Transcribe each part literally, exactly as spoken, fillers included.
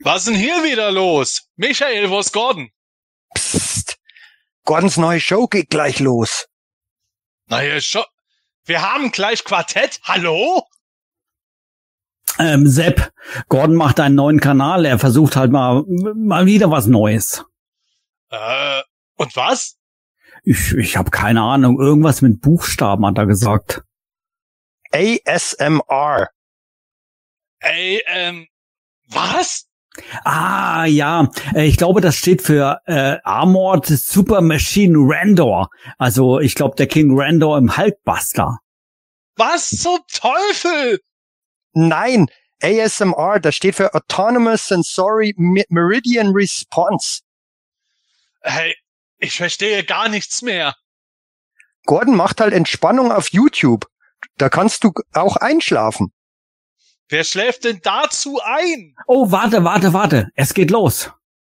Was ist denn hier wieder los? Michael, wo ist Gordon? Psst. Gordons neue Show geht gleich los. Naja, schon. Wir haben gleich Quartett. Hallo? Ähm, Sepp, Gordon macht einen neuen Kanal. Er versucht halt mal, mal wieder was Neues. Äh, und was? Ich, ich habe keine Ahnung. Irgendwas mit Buchstaben hat er gesagt. A S M R. Ey, ähm, was? Ah, ja. Ich glaube, das steht für äh, Armored Super Machine Randor. Also, ich glaube, der King Randor im Hulkbuster. Was zum Teufel? Nein, A S M R, das steht für Autonomous Sensory Meridian Response. Hey, ich verstehe gar nichts mehr. Gordon macht halt Entspannung auf YouTube. Da kannst du auch einschlafen. Wer schläft denn dazu ein? Oh, warte, warte, warte. Es geht los.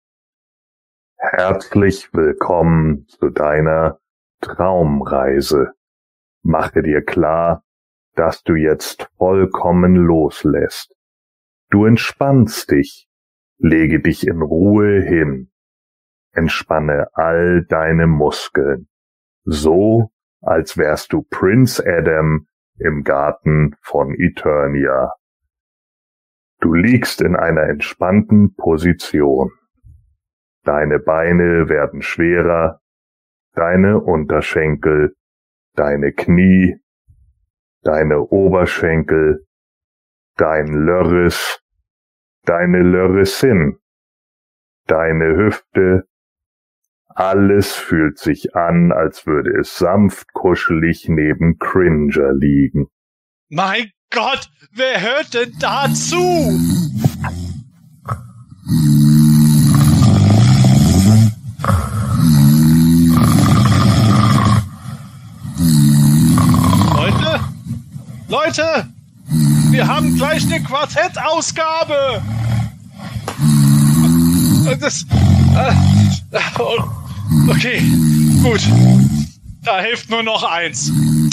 Herzlich willkommen zu deiner Traumreise. Mache dir klar, dass du jetzt vollkommen loslässt. Du entspannst dich, lege dich in Ruhe hin, entspanne all deine Muskeln, so als wärst du Prince Adam im Garten von Eternia. Du liegst in einer entspannten Position. Deine Beine werden schwerer, deine Unterschenkel, deine Knie, deine Oberschenkel, dein Lörris, deine Lörrissin, deine Hüfte, alles fühlt sich an, als würde es sanft kuschelig neben Cringer liegen. Mein Gott, wer hört denn dazu? Leute? Leute! Wir haben gleich eine Quartettausgabe! Das... Äh, okay, gut. Da hilft nur noch eins.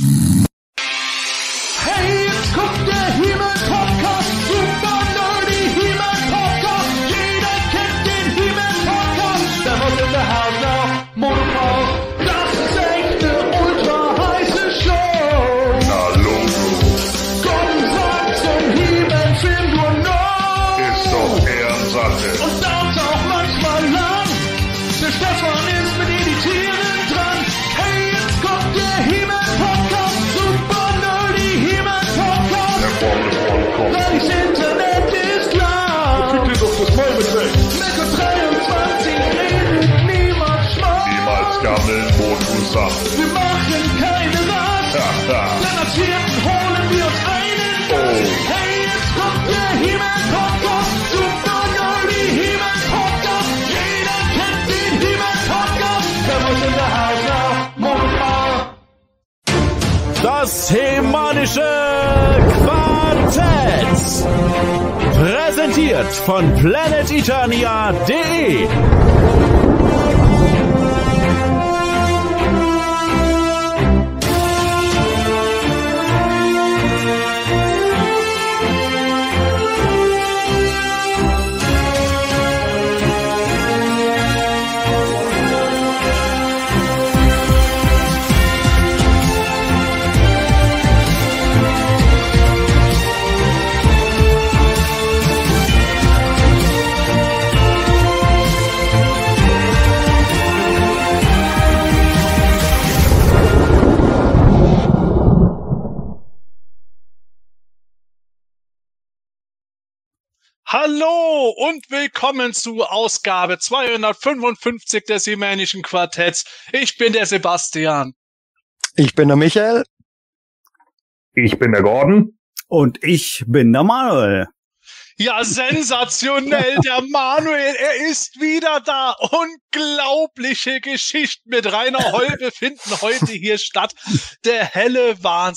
Hey, jetzt kommt der He-Man-Podcast, super nerdy He-Man-Podcast. Jeder kennt den He-Man-Podcast. Der wird in der Haus noch Monopol. Das ist echt eine ultra heiße Show. Na Logo, Gordon sagt zum He-Man-Film nur No. ist doch Ehrensache. Und dauert auch manchmal lang. Der Stefan ist mit Editieren dran. Hey, jetzt kommt der He-Man-Podcast, super nerdy He-Man-Podcast. Der Formel One kommt. Das Internet ist laut. Fick dir doch das Maul mit weg. Mecca dreiundzwanzig redet niemand Schmarrn. Niemals gammeln, Modus Sache. Wir machen keine Rast. Haha. Denn als Vierten holen wir uns einen Gast. Oh. Hey, jetzt kommt der He-Man-Podcast. Super nerdy He-Man-Podcast. Jeder kennt den He-Man-Podcast. Der muss in der Haus noch Monopol. Das Hemanische Quartett. Präsentiert von planet eternia punkt de. Hallo und willkommen zu Ausgabe zweihundertfünfundfünfzig des He-Manischen Quartetts. Ich bin der Sebastian. Ich bin der Michael. Ich bin der Gordon. Und ich bin der Manuel. Ja, sensationell, der Manuel, er ist wieder da. Unglaubliche Geschichten mit Rainer Holbe finden heute hier statt. Der helle Wahnsinn.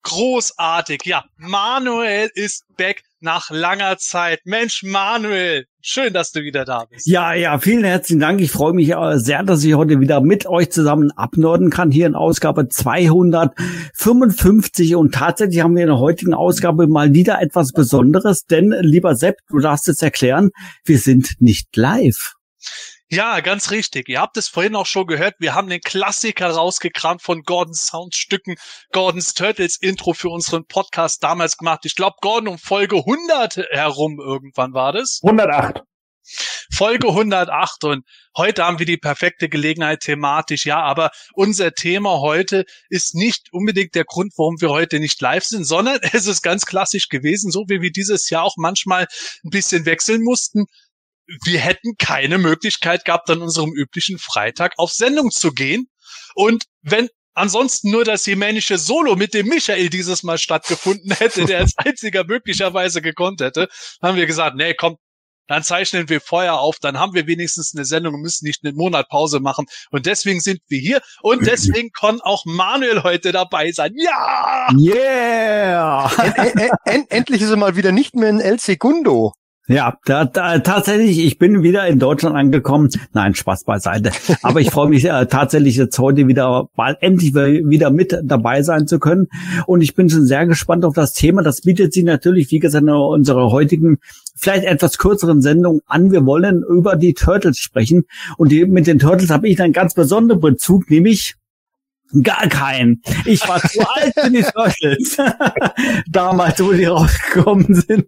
großartig. Ja, Manuel ist back nach langer Zeit. Mensch, Manuel, schön, dass du wieder da bist. Ja, ja, vielen herzlichen Dank. Ich freue mich äh, sehr, dass ich heute wieder mit euch zusammen abnörden kann, hier in Ausgabe zweihundertfünfundfünfzig. Und tatsächlich haben wir in der heutigen Ausgabe mal wieder etwas Besonderes, denn, lieber Sepp, du darfst es erklären, wir sind nicht live. Ja, ganz richtig. Ihr habt es vorhin auch schon gehört. Wir haben den Klassiker rausgekramt von Gordons Soundstücken. Gordons Turtles Intro für unseren Podcast damals gemacht. Ich glaube, Gordon, um Folge hundert herum irgendwann war das. hundertacht. Folge hundertacht. Und heute haben wir die perfekte Gelegenheit thematisch. Ja, aber unser Thema heute ist nicht unbedingt der Grund, warum wir heute nicht live sind, sondern es ist ganz klassisch gewesen, so wie wir dieses Jahr auch manchmal ein bisschen wechseln mussten. Wir hätten keine Möglichkeit gehabt, an unserem üblichen Freitag auf Sendung zu gehen. Und wenn ansonsten nur das jemänische Solo mit dem Michael dieses Mal stattgefunden hätte, der als einziger möglicherweise gekonnt hätte, haben wir gesagt, nee, komm, dann zeichnen wir vorher auf, dann haben wir wenigstens eine Sendung und müssen nicht einen Monat Pause machen. Und deswegen sind wir hier und deswegen kann auch Manuel heute dabei sein. Ja! Yeah! End, end, end, endlich ist er mal wieder nicht mehr in El Segundo. Ja, da, da, tatsächlich, ich bin wieder in Deutschland angekommen. Nein, Spaß beiseite. Aber ich freue mich äh, tatsächlich jetzt heute wieder, mal endlich wieder mit dabei sein zu können. Und ich bin schon sehr gespannt auf das Thema. Das bietet sich natürlich, wie gesagt, in unserer heutigen, vielleicht etwas kürzeren Sendung an. Wir wollen über die Turtles sprechen. Und die, mit den Turtles habe ich einen ganz besonderen Bezug, nämlich gar keinen. Ich war zu alt für die Turtles. Damals, wo die rausgekommen sind.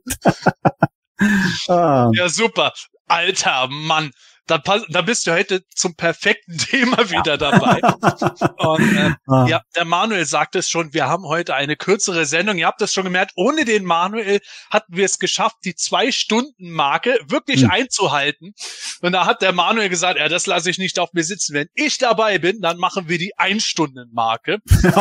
Ah. Ja, super. Alter Mann, da, da bist du heute zum perfekten Thema wieder dabei. Und äh, ah. ja, der Manuel sagt es schon, wir haben heute eine kürzere Sendung. Ihr habt es schon gemerkt, ohne den Manuel hatten wir es geschafft, die Zwei-Stunden-Marke wirklich hm. einzuhalten. Und da hat der Manuel gesagt, ja, das lasse ich nicht auf mir sitzen. Wenn ich dabei bin, dann machen wir die Ein-Stunden-Marke.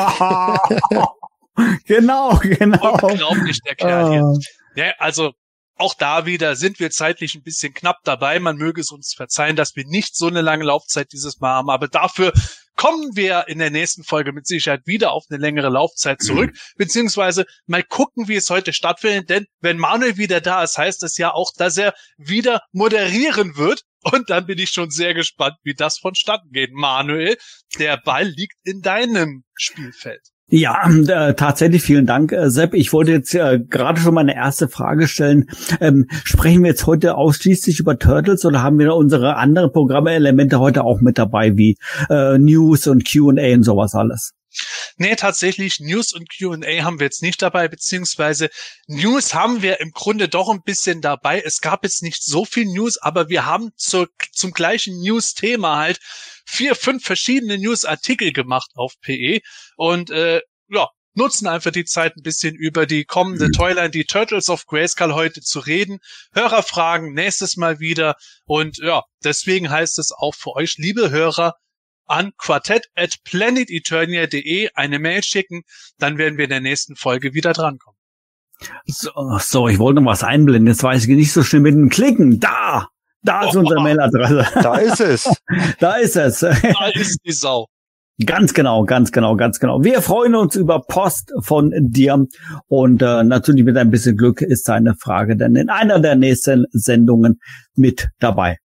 Genau, genau. Unglaublich, der Kerl hier. Ja, also auch da wieder sind wir zeitlich ein bisschen knapp dabei. Man möge es uns verzeihen, dass wir nicht so eine lange Laufzeit dieses Mal haben. Aber dafür kommen wir in der nächsten Folge mit Sicherheit wieder auf eine längere Laufzeit zurück. Mhm. Beziehungsweise mal gucken, wie es heute stattfindet. Denn wenn Manuel wieder da ist, heißt das ja auch, dass er wieder moderieren wird. Und dann bin ich schon sehr gespannt, wie das vonstatten geht. Manuel, der Ball liegt in deinem Spielfeld. Ja, äh, tatsächlich vielen Dank, äh, Sepp. Ich wollte jetzt äh, gerade schon meine erste Frage stellen. Ähm, sprechen wir jetzt heute ausschließlich über Turtles oder haben wir unsere anderen Programmelemente heute auch mit dabei, wie äh, News und Q und A und sowas alles? Nee, tatsächlich, News und Q und A haben wir jetzt nicht dabei, beziehungsweise News haben wir im Grunde doch ein bisschen dabei. Es gab jetzt nicht so viel News, aber wir haben zur, zum gleichen News-Thema halt vier, fünf verschiedene News-Artikel gemacht auf P E und äh, ja, nutzen einfach die Zeit ein bisschen über die kommende Toyline, die Turtles of Grayskull heute zu reden. Hörerfragen nächstes Mal wieder und ja, deswegen heißt es auch für euch, liebe Hörer, an quartett at planeteternia punkt de eine Mail schicken, dann werden wir in der nächsten Folge wieder drankommen. So, so, ich wollte noch was einblenden, jetzt weiß ich nicht so schnell mit dem Klicken. Da! Da ist oh, unsere Mailadresse. Da ist es. Da ist es. Da ist die Sau. Ganz genau, ganz genau, ganz genau. Wir freuen uns über Post von dir und äh, natürlich mit ein bisschen Glück ist deine Frage dann in einer der nächsten Sendungen mit dabei.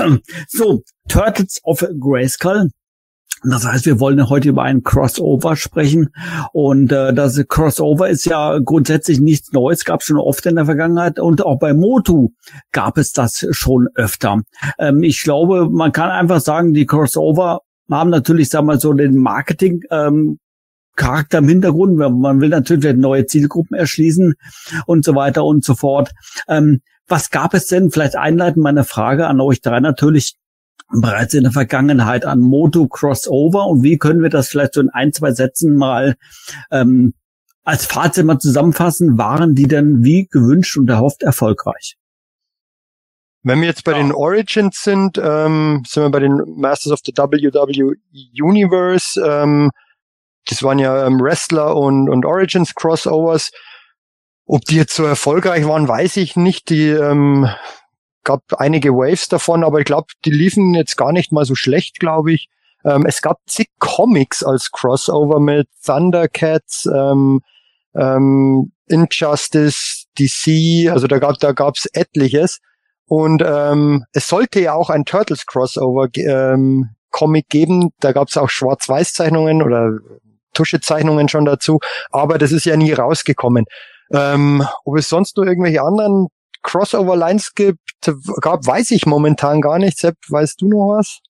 So, Turtles of Grayskull. Das heißt, wir wollen heute über einen Crossover sprechen und äh, das Crossover ist ja grundsätzlich nichts Neues, gab es schon oft in der Vergangenheit und auch bei Motu gab es das schon öfter. Ähm, ich glaube, man kann einfach sagen, die Crossover haben natürlich, sagen wir mal, so den Marketing ähm, Charakter im Hintergrund. Man will natürlich neue Zielgruppen erschließen und so weiter und so fort. Ähm, was gab es denn? Vielleicht einleitend meine Frage an euch drei natürlich. Bereits in der Vergangenheit an Motu Crossover und wie können wir das vielleicht so in ein, zwei Sätzen mal ähm, als Fazit mal zusammenfassen? Waren die denn wie gewünscht und erhofft erfolgreich? Wenn wir jetzt bei ja. den Origins sind, ähm, sind wir bei den Masters of the W W E Universe. Ähm, das waren ja ähm, Wrestler und, und Origins Crossovers. Ob die jetzt so erfolgreich waren, weiß ich nicht. Die ähm, gab einige Waves davon, aber ich glaube, die liefen jetzt gar nicht mal so schlecht, glaube ich. Ähm, es gab zig Comics als Crossover mit Thundercats, ähm, ähm, Injustice, D C, also da gab da gab's etliches. Und ähm, es sollte ja auch ein Turtles Crossover ähm, Comic geben. Da gab's auch Schwarz-Weiß-Zeichnungen oder Tuschezeichnungen schon dazu, aber das ist ja nie rausgekommen. Ähm, ob es sonst noch irgendwelche anderen Crossover-Lines gibt, gab, weiß ich momentan gar nicht. Sepp, weißt du noch was?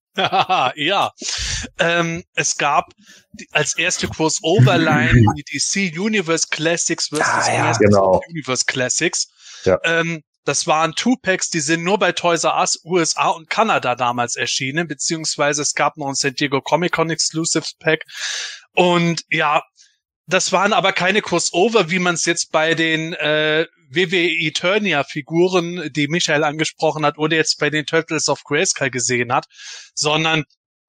Ja, ähm, es gab die, als erste Crossover-Line die D C Universe Classics versus Ah, ja, Masters genau. of the Universe Classics. Ja. Ähm, das waren Two-Packs, die sind nur bei Toys R Us, U S A und Kanada damals erschienen, beziehungsweise es gab noch ein San Diego Comic-Con Exclusives Pack. Und ja, das waren aber keine Crossover, wie man es jetzt bei den äh, W W E Eternia-Figuren, die Michael angesprochen hat, oder jetzt bei den Turtles of Grayskull gesehen hat, sondern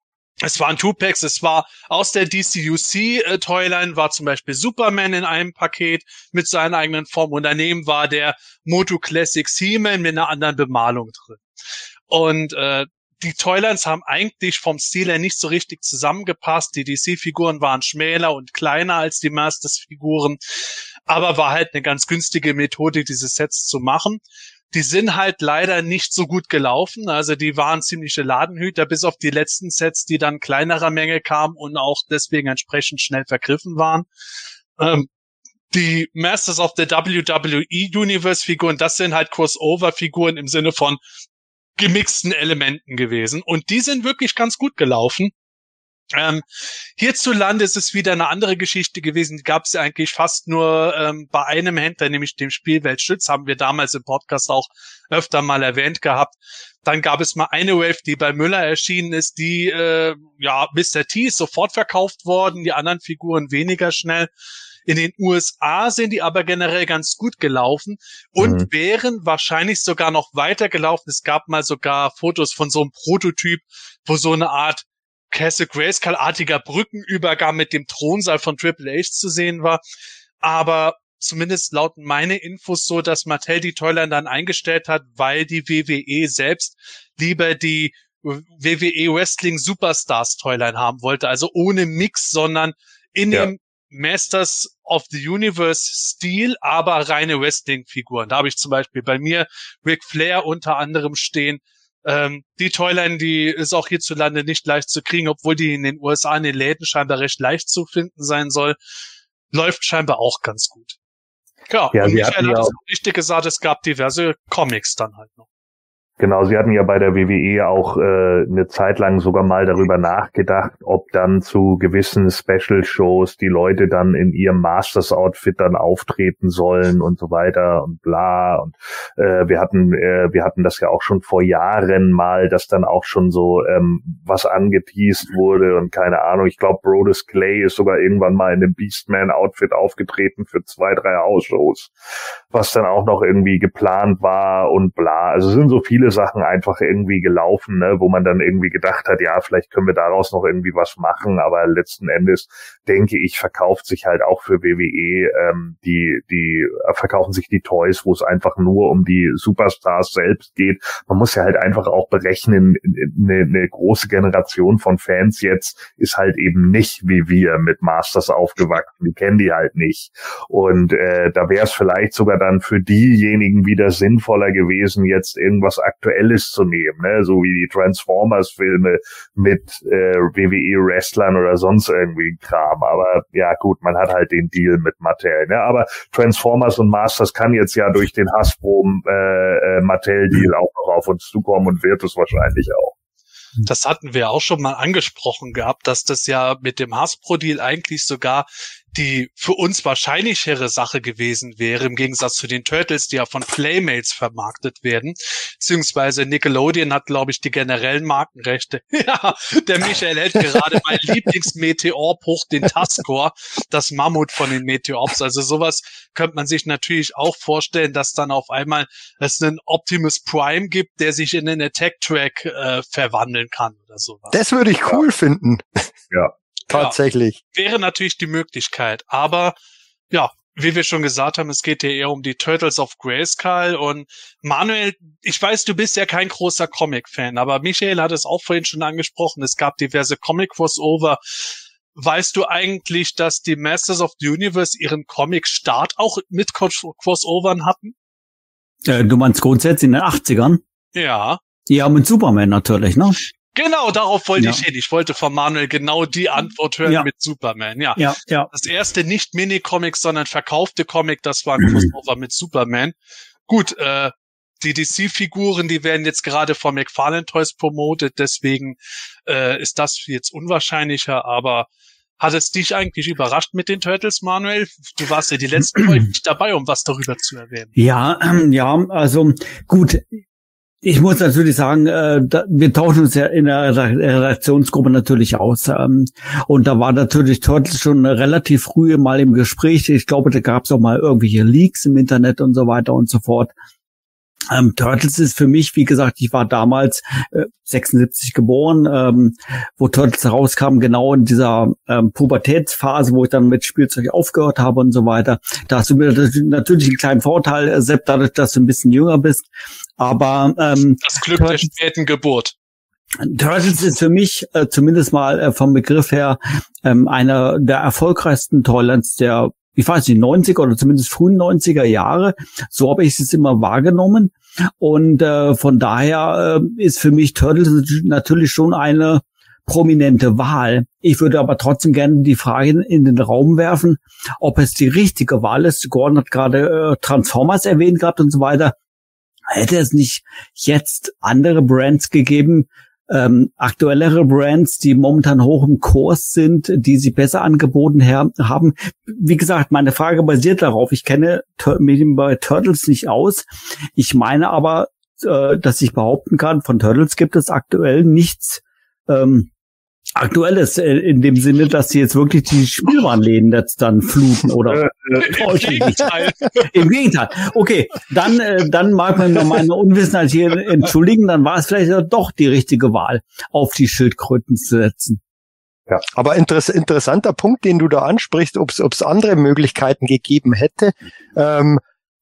es waren Two-Packs, es war aus der D C U C-Toyline war zum Beispiel Superman in einem Paket mit seiner eigenen Form und daneben war der Moto Classics He-Man mit einer anderen Bemalung drin. Und äh, die Toylines haben eigentlich vom Stil her nicht so richtig zusammengepasst. Die D C-Figuren waren schmäler und kleiner als die Masters-Figuren, aber war halt eine ganz günstige Methode, diese Sets zu machen. Die sind halt leider nicht so gut gelaufen, also die waren ziemliche Ladenhüter, bis auf die letzten Sets, die dann kleinerer Menge kamen und auch deswegen entsprechend schnell vergriffen waren. Ähm, die Masters of the W W E Universe-Figuren, das sind halt Crossover-Figuren im Sinne von gemixten Elementen gewesen. Und die sind wirklich ganz gut gelaufen. Ähm, hierzulande ist es wieder eine andere Geschichte gewesen. Die gab es ja eigentlich fast nur ähm, bei einem Händler, nämlich dem Spielwelt Schütz, haben wir damals im Podcast auch öfter mal erwähnt gehabt. Dann gab es mal eine Wave, die bei Müller erschienen ist, die, äh, ja, Mister T ist sofort verkauft worden, die anderen Figuren weniger schnell. In den U S A sind die aber generell ganz gut gelaufen und Mhm. wären wahrscheinlich sogar noch weiter gelaufen. Es gab mal sogar Fotos von so einem Prototyp, wo so eine Art Castle Grayskull-artiger Brückenübergang mit dem Thronsaal von Triple H zu sehen war. Aber zumindest lauten meine Infos so, dass Mattel die Toyline dann eingestellt hat, weil die W W E selbst lieber die W W E Wrestling Superstars Toyline haben wollte. Also ohne Mix, sondern in Ja. dem Masters of the Universe Stil, aber reine Wrestling-Figuren. Da habe ich zum Beispiel bei mir Ric Flair unter anderem stehen. Ähm, die Toyline, die ist auch hierzulande nicht leicht zu kriegen, obwohl die in den U S A in den Läden scheinbar recht leicht zu finden sein soll. Läuft scheinbar auch ganz gut. Ja, Ja, und sie Michael hatten hat ja es auch- auch richtig gesagt, es gab diverse Comics dann halt noch. Genau, sie hatten ja bei der W W E auch äh, eine Zeit lang sogar mal darüber nachgedacht, ob dann zu gewissen Special-Shows die Leute dann in ihrem Masters-Outfit dann auftreten sollen und so weiter und bla. Und äh, wir hatten äh, wir hatten das ja auch schon vor Jahren mal, dass dann auch schon so ähm, was angeteased wurde und keine Ahnung. Ich glaube, Brodus Clay ist sogar irgendwann mal in einem Beastman-Outfit aufgetreten für zwei, drei Hausshows, was dann auch noch irgendwie geplant war und bla. Also es sind so viele Sachen einfach irgendwie gelaufen, ne, wo man dann irgendwie gedacht hat, ja, vielleicht können wir daraus noch irgendwie was machen, aber letzten Endes, denke ich, verkauft sich halt auch für W W E, ähm, die, die äh, verkaufen sich die Toys, wo es einfach nur um die Superstars selbst geht. Man muss ja halt einfach auch berechnen, eine, eine große Generation von Fans jetzt ist halt eben nicht wie wir mit Masters aufgewachsen, die kennen die halt nicht. Und äh, da wäre es vielleicht sogar dann für diejenigen wieder sinnvoller gewesen, jetzt irgendwas Aktuelles zu nehmen, ne? So wie die Transformers-Filme mit äh, W W E-Wrestlern oder sonst irgendwie Kram. Aber ja gut, man hat halt den Deal mit Mattel. Ne? Aber Transformers und Masters kann jetzt ja durch den Hasbro äh, äh, Mattel-Deal auch noch auf uns zukommen und wird es wahrscheinlich auch. Das hatten wir auch schon mal angesprochen gehabt, dass das ja mit dem Hasbro-Deal eigentlich sogar die für uns wahrscheinlichere Sache gewesen wäre, im Gegensatz zu den Turtles, die ja von Playmates vermarktet werden. Beziehungsweise Nickelodeon hat, glaube ich, die generellen Markenrechte. Ja, der Michael hält gerade mein Lieblingsmeteorpuch, den Taskor, das Mammut von den Meteorops. Also sowas könnte man sich natürlich auch vorstellen, dass dann auf einmal es einen Optimus Prime gibt, der sich in einen Attack-Track äh, verwandeln kann oder sowas. Das würde ich cool finden. Ja. Tatsächlich. Wäre natürlich die Möglichkeit, aber ja, wie wir schon gesagt haben, es geht ja eher um die Turtles of Grayskull und Manuel, ich weiß, du bist ja kein großer Comic-Fan, aber Michael hat es auch vorhin schon angesprochen, es gab diverse Comic-Crossover. weißt du eigentlich, dass die Masters of the Universe ihren Comic-Start auch mit Crossovern hatten? Äh, du meinst grundsätzlich in den achtzigern? Ja. Ja, mit Superman natürlich, ne? Genau, darauf wollte Ja. ich hin. Ich wollte von Manuel genau die Antwort hören Ja. mit Superman, ja. Ja, ja. Das erste nicht Mini-Comic, sondern verkaufte Comic, das war ein Crossover mit Superman. Gut, äh, die D C-Figuren, die werden jetzt gerade von McFarlane Toys promotet, deswegen äh, ist das jetzt unwahrscheinlicher, aber hat es dich eigentlich überrascht mit den Turtles, Manuel? Du warst ja die letzten Folgen nicht dabei, um was darüber zu erwähnen. Ja, ähm, ja, also gut. Ich muss natürlich sagen, äh, da, wir tauschen uns ja in der Redaktionsgruppe natürlich aus. Ähm, und da war natürlich Turtles schon relativ früh mal im Gespräch. Ich glaube, da gab es auch mal irgendwelche Leaks im Internet und so weiter und so fort. Ähm, Turtles ist für mich, wie gesagt, ich war damals äh, sechsundsiebzig geboren, ähm, wo Turtles rauskam, genau in dieser ähm, Pubertätsphase, wo ich dann mit Spielzeug aufgehört habe und so weiter. Da hast du mir natürlich einen kleinen Vorteil, äh, selbst dadurch, dass du ein bisschen jünger bist. Aber ähm, Das Glück Turtles, der späten Geburt. Turtles ist für mich äh, zumindest mal äh, vom Begriff her ähm, einer der erfolgreichsten Toylines der, ich weiß nicht, neunziger oder zumindest frühen neunziger Jahre. So habe ich es immer wahrgenommen. Und äh, von daher äh, ist für mich Turtles natürlich schon eine prominente Wahl. Ich würde aber trotzdem gerne die Frage in den Raum werfen, ob es die richtige Wahl ist. Gordon hat gerade äh, Transformers erwähnt gehabt und so weiter. Hätte es nicht jetzt andere Brands gegeben, ähm, aktuellere Brands, die momentan hoch im Kurs sind, die sie besser angeboten her- haben? Wie gesagt, meine Frage basiert darauf. Ich kenne Tur- mich bei Turtles nicht aus. Ich meine aber, äh, dass ich behaupten kann, von Turtles gibt es aktuell nichts ähm, Aktuelles äh, in dem Sinne, dass sie jetzt wirklich die Spielwarenläden jetzt dann fluten oder Im Gegenteil. im Gegenteil. Okay, dann äh, dann mag man mir meine Unwissenheit hier entschuldigen, dann war es vielleicht doch die richtige Wahl, auf die Schildkröten zu setzen. Ja, aber interess- interessanter Punkt, den du da ansprichst, ob es andere Möglichkeiten gegeben hätte. Ähm,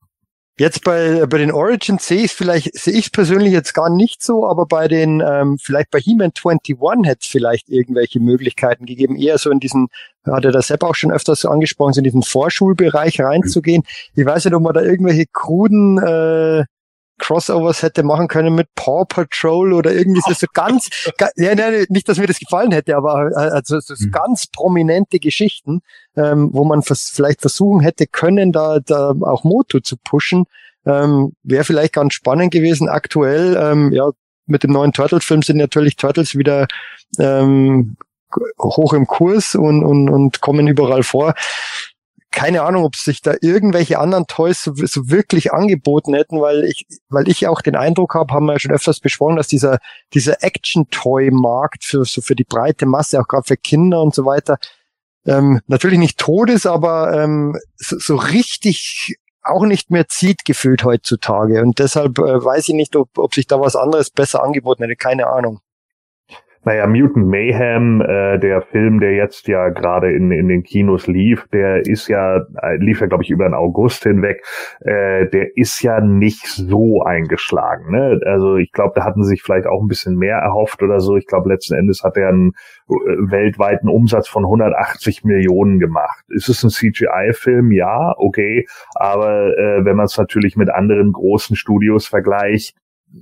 jetzt bei bei den Origins sehe ich vielleicht sehe ich persönlich jetzt gar nicht so, aber bei den ähm, vielleicht bei He-Man einundzwanzig hätte es vielleicht irgendwelche Möglichkeiten gegeben, eher so in diesen, hat er das Sepp auch schon öfters so angesprochen, so in diesen Vorschulbereich reinzugehen. Ich weiß nicht, ob man da irgendwelche kruden äh, Crossovers hätte machen können mit Paw Patrol oder irgendwie so, so ganz, ga, ja, ja, nicht, dass mir das gefallen hätte, aber also so, so ganz prominente Geschichten, ähm, wo man vers- vielleicht versuchen hätte können, da, da auch Moto zu pushen, ähm, wäre vielleicht ganz spannend gewesen. Aktuell, ähm, ja, mit dem neuen Turtles-Film sind natürlich Turtles wieder ähm, hoch im Kurs und, und, und kommen überall vor. Keine Ahnung, ob sich da irgendwelche anderen Toys so, so wirklich angeboten hätten, weil ich, weil ich auch den Eindruck habe, haben wir ja schon öfters besprochen, dass dieser, dieser Action-Toy-Markt für, so für die breite Masse, auch gerade für Kinder und so weiter, ähm, natürlich nicht tot ist, aber ähm, so, so richtig auch nicht mehr zieht gefühlt heutzutage. Und deshalb äh, weiß ich nicht, ob, ob sich da was anderes besser angeboten hätte. Keine Ahnung. Naja, Mutant Mayhem, äh, der Film, der jetzt ja gerade in in den Kinos lief, der ist ja, äh, lief ja, glaube ich, über den August hinweg, äh, der ist ja nicht so eingeschlagen, ne? Also ich glaube, da hatten sie sich vielleicht auch ein bisschen mehr erhofft oder so. Ich glaube, letzten Endes hat er einen äh, weltweiten Umsatz von hundertachtzig Millionen gemacht. Ist es ein C G I-Film? Ja, okay. Aber äh, wenn man es natürlich mit anderen großen Studios vergleicht,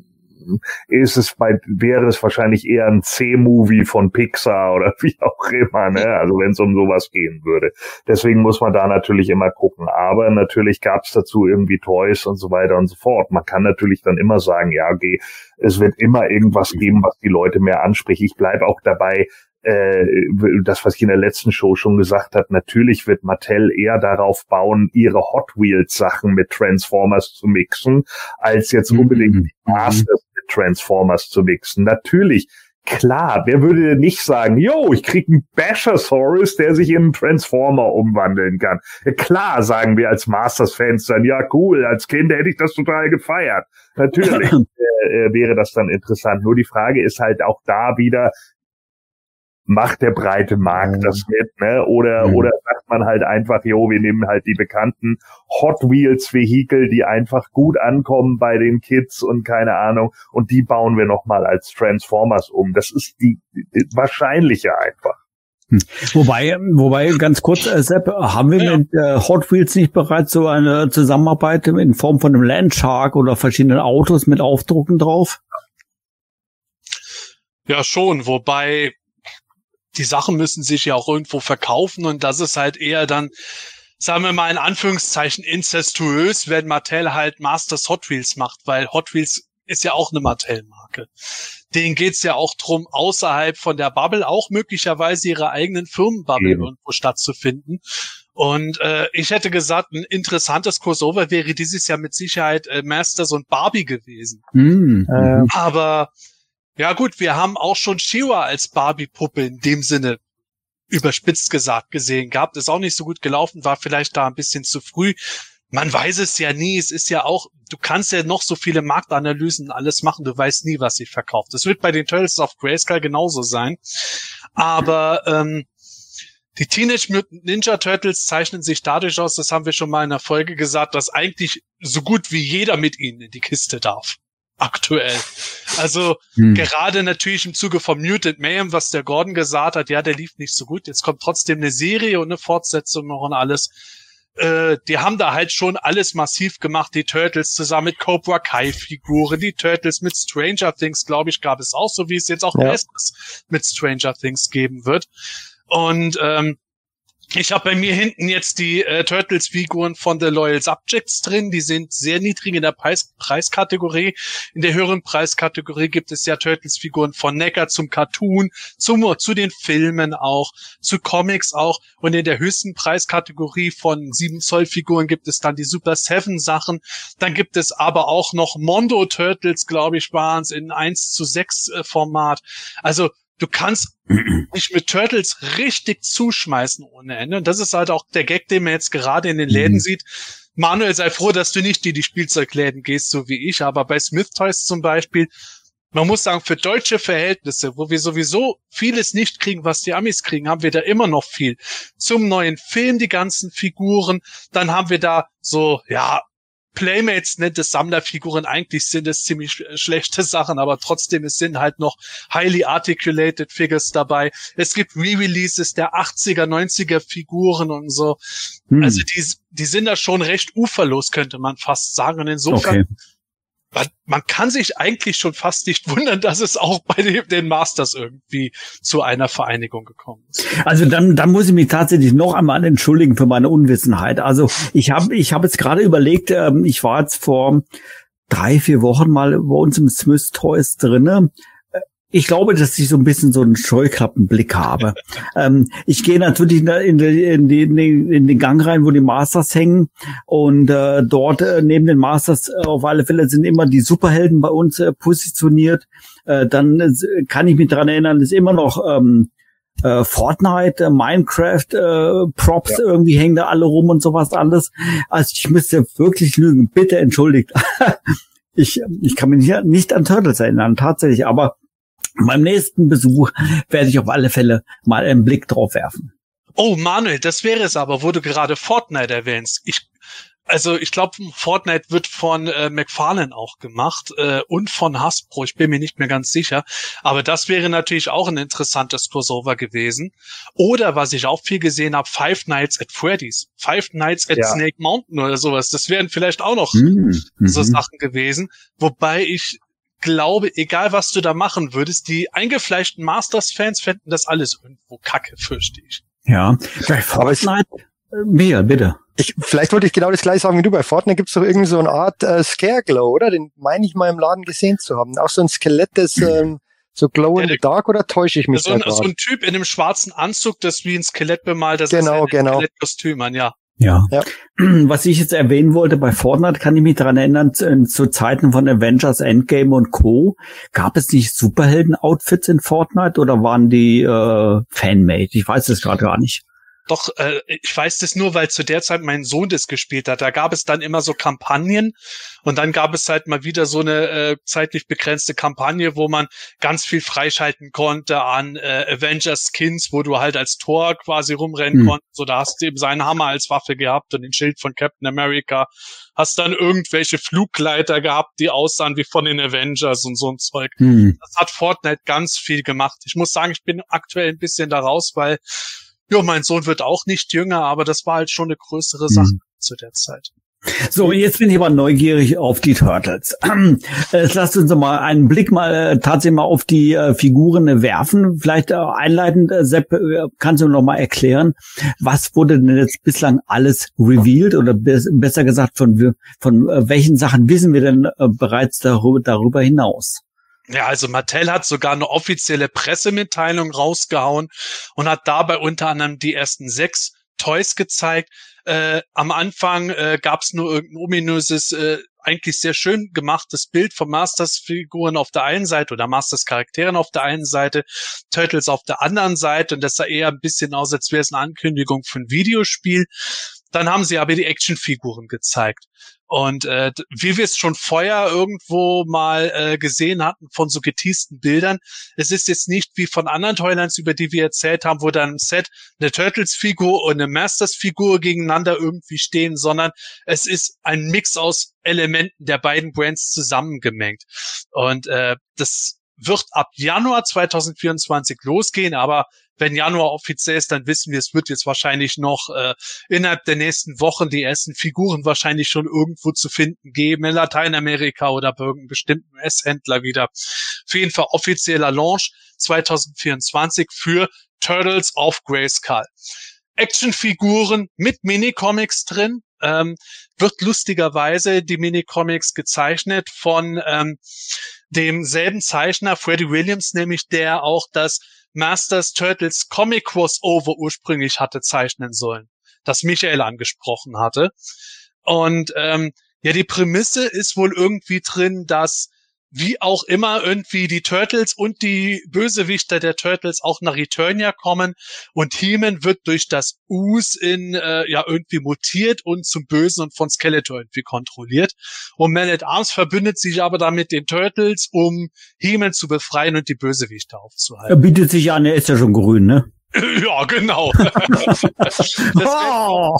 ist es bei, wäre es wahrscheinlich eher ein C-Movie von Pixar oder wie auch immer, ne? Also wenn es um sowas gehen würde. Deswegen muss man da natürlich immer gucken. Aber natürlich gab es dazu irgendwie Toys und so weiter und so fort. Man kann natürlich dann immer sagen, ja, okay, es wird immer irgendwas geben, was die Leute mehr anspricht. Ich bleibe auch dabei, äh, das, was ich in der letzten Show schon gesagt habe, natürlich wird Mattel eher darauf bauen, ihre Hot Wheels Sachen mit Transformers zu mixen, als jetzt unbedingt die Masters mit Transformers zu mixen. Natürlich, klar, wer würde denn nicht sagen, yo, ich krieg einen Bashersaurus, der sich in einen Transformer umwandeln kann. Ja, klar, sagen wir als Masters-Fans dann, ja cool, als Kind hätte ich das total gefeiert. Natürlich äh, wäre das dann interessant. Nur die Frage ist halt auch da wieder, macht der breite Markt das mit, ne? Oder, mhm. oder sagt man halt einfach, jo, wir nehmen halt die bekannten Hot Wheels Vehikel, die einfach gut ankommen bei den Kids und keine Ahnung, und die bauen wir nochmal als Transformers um. Das ist die, die wahrscheinliche einfach. Hm. Wobei, wobei, ganz kurz, äh, Sepp, haben wir ja. mit äh, Hot Wheels nicht bereits so eine Zusammenarbeit in Form von einem Landshark oder verschiedenen Autos mit Aufdrucken drauf? Ja, schon, wobei die Sachen müssen sich ja auch irgendwo verkaufen und das ist halt eher dann, sagen wir mal in Anführungszeichen, incestuös, wenn Mattel halt Masters Hot Wheels macht, weil Hot Wheels ist ja auch eine Mattel-Marke. Denen geht's ja auch drum, außerhalb von der Bubble auch möglicherweise ihre eigenen Firmenbubble mhm. irgendwo stattzufinden. Und äh, ich hätte gesagt, ein interessantes Crossover wäre dieses Jahr mit Sicherheit äh, Masters und Barbie gewesen. Mhm. Äh, aber ja gut, wir haben auch schon She-Ra als Barbie-Puppe in dem Sinne überspitzt gesagt gesehen gehabt. Ist auch nicht so gut gelaufen, war vielleicht da ein bisschen zu früh. Man weiß es ja nie. Es ist ja auch, du kannst ja noch so viele Marktanalysen und alles machen. Du weißt nie, was sich verkauft. Das wird bei den Turtles of Grayskull genauso sein. Aber ähm, die Teenage Mutant Ninja Turtles zeichnen sich dadurch aus, das haben wir schon mal in der Folge gesagt, dass eigentlich so gut wie jeder mit ihnen in die Kiste darf. Aktuell. Also hm. gerade natürlich im Zuge von Mutant Mayhem, was der Gordon gesagt hat, ja, der lief nicht so gut. Jetzt kommt trotzdem eine Serie und eine Fortsetzung noch und alles. Äh, die haben da halt schon alles massiv gemacht. Die Turtles zusammen mit Cobra Kai-Figuren, die Turtles mit Stranger Things, glaube ich, gab es auch, so wie es jetzt auch ja. Masters mit Stranger Things geben wird. Und ähm, ich habe bei mir hinten jetzt die äh, Turtles-Figuren von The Loyal Subjects drin. Die sind sehr niedrig in der Preis Preiskategorie. In der höheren Preiskategorie gibt es ja Turtles-Figuren von Necker zum Cartoon, zum, zu den Filmen auch, zu Comics auch. Und in der höchsten Preiskategorie von sieben Zoll Figuren gibt es dann die Super Seven Sachen. Dann gibt es aber auch noch Mondo Turtles, glaube ich, waren es in eins zu sechs äh, Format. Also du kannst dich mit Turtles richtig zuschmeißen ohne Ende. Und das ist halt auch der Gag, den man jetzt gerade in den Läden mhm. sieht. Manuel, sei froh, dass du nicht in die Spielzeugläden gehst, so wie ich. Aber bei Smith Toys zum Beispiel, man muss sagen, für deutsche Verhältnisse, wo wir sowieso vieles nicht kriegen, was die Amis kriegen, haben wir da immer noch viel. Zum neuen Film, die ganzen Figuren. Dann haben wir da so, ja, Playmates nennt es Sammlerfiguren, eigentlich sind es ziemlich sch- schlechte Sachen, aber trotzdem, es sind halt noch highly articulated Figures dabei. Es gibt Re-Releases der achtziger, neunziger Figuren und so. Hm. Also die, die sind da schon recht uferlos, könnte man fast sagen. Und insofern, okay. man, man kann sich eigentlich schon fast nicht wundern, dass es auch bei den, den Masters irgendwie zu einer Vereinigung gekommen ist. Also dann, dann muss ich mich tatsächlich noch einmal entschuldigen für meine Unwissenheit. Also ich habe ich habe jetzt gerade überlegt, ähm, ich war jetzt vor drei, vier Wochen mal bei uns im Smith Toys drinne. Ich glaube, dass ich so ein bisschen so einen Scheuklappenblick habe. ähm, ich gehe natürlich in, die, in, die, in den Gang rein, wo die Masters hängen. Und äh, dort äh, neben den Masters äh, auf alle Fälle sind immer die Superhelden bei uns äh, positioniert. Äh, dann äh, kann ich mich daran erinnern, dass immer noch ähm, äh, Fortnite, äh, Minecraft, äh, Props ja. irgendwie hängen da alle rum und sowas alles. Also ich müsste wirklich lügen. Bitte entschuldigt. ich, ich kann mich nicht, nicht an Turtles erinnern, tatsächlich. Aber beim nächsten Besuch werde ich auf alle Fälle mal einen Blick drauf werfen. Oh, Manuel, das wäre es aber, wo du gerade Fortnite erwähnst. Ich, also ich glaube, Fortnite wird von äh, McFarlane auch gemacht äh, und von Hasbro. Ich bin mir nicht mehr ganz sicher. Aber das wäre natürlich auch ein interessantes Crossover gewesen. Oder, was ich auch viel gesehen habe, Five Nights at Freddy's. Five Nights at ja. Snake Mountain oder sowas. Das wären vielleicht auch noch mhm. so Sachen gewesen. Wobei ich glaube, egal was du da machen würdest, die eingefleischten Masters-Fans fänden das alles irgendwo kacke, fürchte ich. Ja, bei Fortnite mehr, bitte. Ich, vielleicht wollte ich genau das gleiche sagen wie du. Bei Fortnite gibt's doch irgendwie so eine Art äh, Scareglow, oder? Den meine ich mal im Laden gesehen zu haben. Auch so ein Skelett, das ähm, so glow in the dark, oder täusche ich mich so, da ein, grad? so ein Typ in einem schwarzen Anzug, das wie ein Skelett bemalt, das genau, ist ein genau. Skelettkostüm an, ja. Ja. ja. Was ich jetzt erwähnen wollte, bei Fortnite kann ich mich daran erinnern, zu, zu Zeiten von Avengers Endgame und Co. Gab es nicht Superhelden-Outfits in Fortnite oder waren die äh, Fanmade? Ich weiß es gerade gar nicht. Doch, äh, ich weiß das nur, weil zu der Zeit mein Sohn das gespielt hat. Da gab es dann immer so Kampagnen und dann gab es halt mal wieder so eine äh, zeitlich begrenzte Kampagne, wo man ganz viel freischalten konnte an äh, Avengers-Skins, wo du halt als Thor quasi rumrennen Mhm. konntest. So, da hast du eben seinen Hammer als Waffe gehabt und den Schild von Captain America. Hast dann irgendwelche Fluggleiter gehabt, die aussahen wie von den Avengers und so ein Zeug. Hm. Das hat Fortnite ganz viel gemacht. Ich muss sagen, ich bin aktuell ein bisschen da raus, weil ja, mein Sohn wird auch nicht jünger, aber das war halt schon eine größere Sache Mhm. zu der Zeit. So, jetzt bin ich aber neugierig auf die Turtles. Äh, lasst uns doch mal einen Blick mal äh, tatsächlich mal auf die äh, Figuren äh, werfen. Vielleicht äh, einleitend, äh, Sepp, äh, kannst du noch mal erklären, was wurde denn jetzt bislang alles revealed oder be- besser gesagt von von äh, welchen Sachen wissen wir denn äh, bereits darüber, darüber hinaus? Ja, also Mattel hat sogar eine offizielle Pressemitteilung rausgehauen und hat dabei unter anderem die ersten sechs Toys gezeigt. Äh, am Anfang äh, gab es nur irgendein ominöses, äh, eigentlich sehr schön gemachtes Bild von Masters-Figuren auf der einen Seite oder Masters-Charakteren auf der einen Seite, Turtles auf der anderen Seite, und das sah eher ein bisschen aus, als wäre es eine Ankündigung für ein Videospiel. Dann haben sie aber die Actionfiguren gezeigt. Und äh, wie wir es schon vorher irgendwo mal äh, gesehen hatten von so geteasten Bildern, es ist jetzt nicht wie von anderen Toylines, über die wir erzählt haben, wo dann im Set eine Turtles-Figur und eine Masters-Figur gegeneinander irgendwie stehen, sondern es ist ein Mix aus Elementen der beiden Brands zusammengemengt. Und äh, das wird ab Januar zwanzig vierundzwanzig losgehen, aber wenn Januar offiziell ist, dann wissen wir, es wird jetzt wahrscheinlich noch äh, innerhalb der nächsten Wochen die ersten Figuren wahrscheinlich schon irgendwo zu finden geben, in Lateinamerika oder bei irgendeinem bestimmten U S-Händler wieder. Auf jeden Fall offizieller Launch zwanzig vierundzwanzig für Turtles auf Grayskull. Actionfiguren mit Minicomics drin. Ähm, wird lustigerweise die Minicomics gezeichnet von ähm, demselben Zeichner, Freddie Williams, nämlich der auch das Masters Turtles Comic Crossover ursprünglich hatte zeichnen sollen, das Michael angesprochen hatte. Und ähm, ja, die Prämisse ist wohl irgendwie drin, dass wie auch immer irgendwie die Turtles und die Bösewichter der Turtles auch nach Eternia kommen und He-Man wird durch das Us in äh, ja irgendwie mutiert und zum Bösen und von Skeletor irgendwie kontrolliert. Und Man-at-Arms verbündet sich aber dann mit den Turtles, um He-Man zu befreien und die Bösewichter Er aufzuhalten. bietet sich an, er ist ja schon grün, ne? Ja, genau. das, Oh!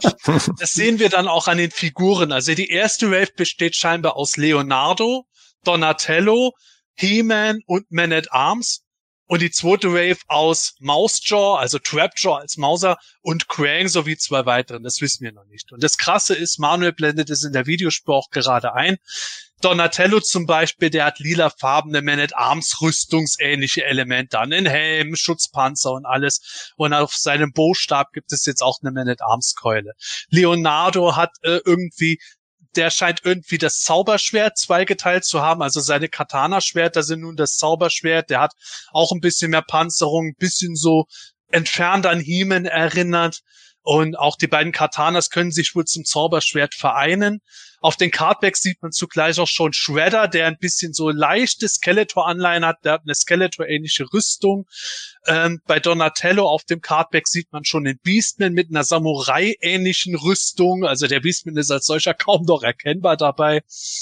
das sehen wir dann auch an den Figuren. Also die erste Wave besteht scheinbar aus Leonardo, Donatello, He-Man und Man-at-Arms und die zweite Wave aus Mousejaw, also Trapjaw als Mauser und Krang sowie zwei weiteren. Das wissen wir noch nicht. Und das Krasse ist, Manuel blendet es in der Videospur auch gerade ein. Donatello zum Beispiel, der hat lilafarbene Man-at-Arms rüstungsähnliche Elemente an den Helm, Schutzpanzer und alles. Und auf seinem Bowstab gibt es jetzt auch eine Man-at-Arms Keule. Leonardo hat äh, irgendwie Der scheint irgendwie das Zauberschwert zweigeteilt zu haben, also seine Katana-Schwerter sind nun das Zauberschwert, der hat auch ein bisschen mehr Panzerung, ein bisschen so entfernt an He-Man erinnert und auch die beiden Katanas können sich wohl zum Zauberschwert vereinen. Auf den Cardbacks sieht man zugleich auch schon Shredder, der ein bisschen so leichte Skeletor-Anleihen hat, der hat eine Skeletor-ähnliche Rüstung. Ähm, bei Donatello auf dem Cardback sieht man schon den Beastman mit einer Samurai-ähnlichen Rüstung, also der Beastman ist als solcher kaum noch erkennbar dabei.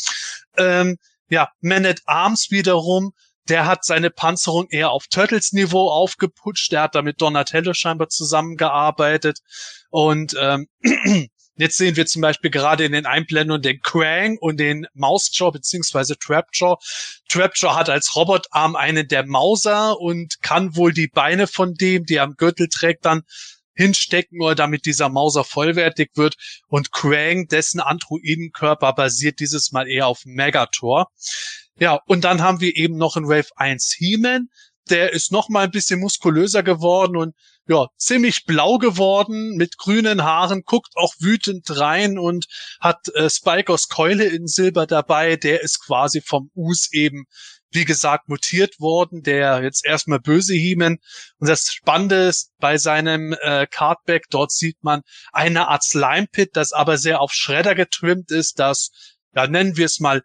Ähm, ja, Man-at-Arms wiederum, der hat seine Panzerung eher auf Turtles-Niveau aufgeputscht, der hat da mit Donatello scheinbar zusammengearbeitet und ähm, jetzt sehen wir zum Beispiel gerade in den Einblendungen den Krang und den Mousejaw beziehungsweise Trapjaw. Trapjaw hat als Robotarm einen der Mauser und kann wohl die Beine von dem, die er am Gürtel trägt, dann hinstecken oder damit dieser Mauser vollwertig wird. Und Krang, dessen Androidenkörper basiert dieses Mal eher auf Megator. Ja, und dann haben wir eben noch in Wave eins He-Man. Der ist noch mal ein bisschen muskulöser geworden und ja, ziemlich blau geworden mit grünen Haaren, guckt auch wütend rein und hat äh, Spikers Keule in Silber dabei. Der ist quasi vom Us eben, wie gesagt, mutiert worden, der jetzt erstmal böse He-Man. Und das Spannende ist, bei seinem äh, Cardback, dort sieht man eine Art Slime-Pit, das aber sehr auf Shredder getrimmt ist, das, ja, nennen wir es mal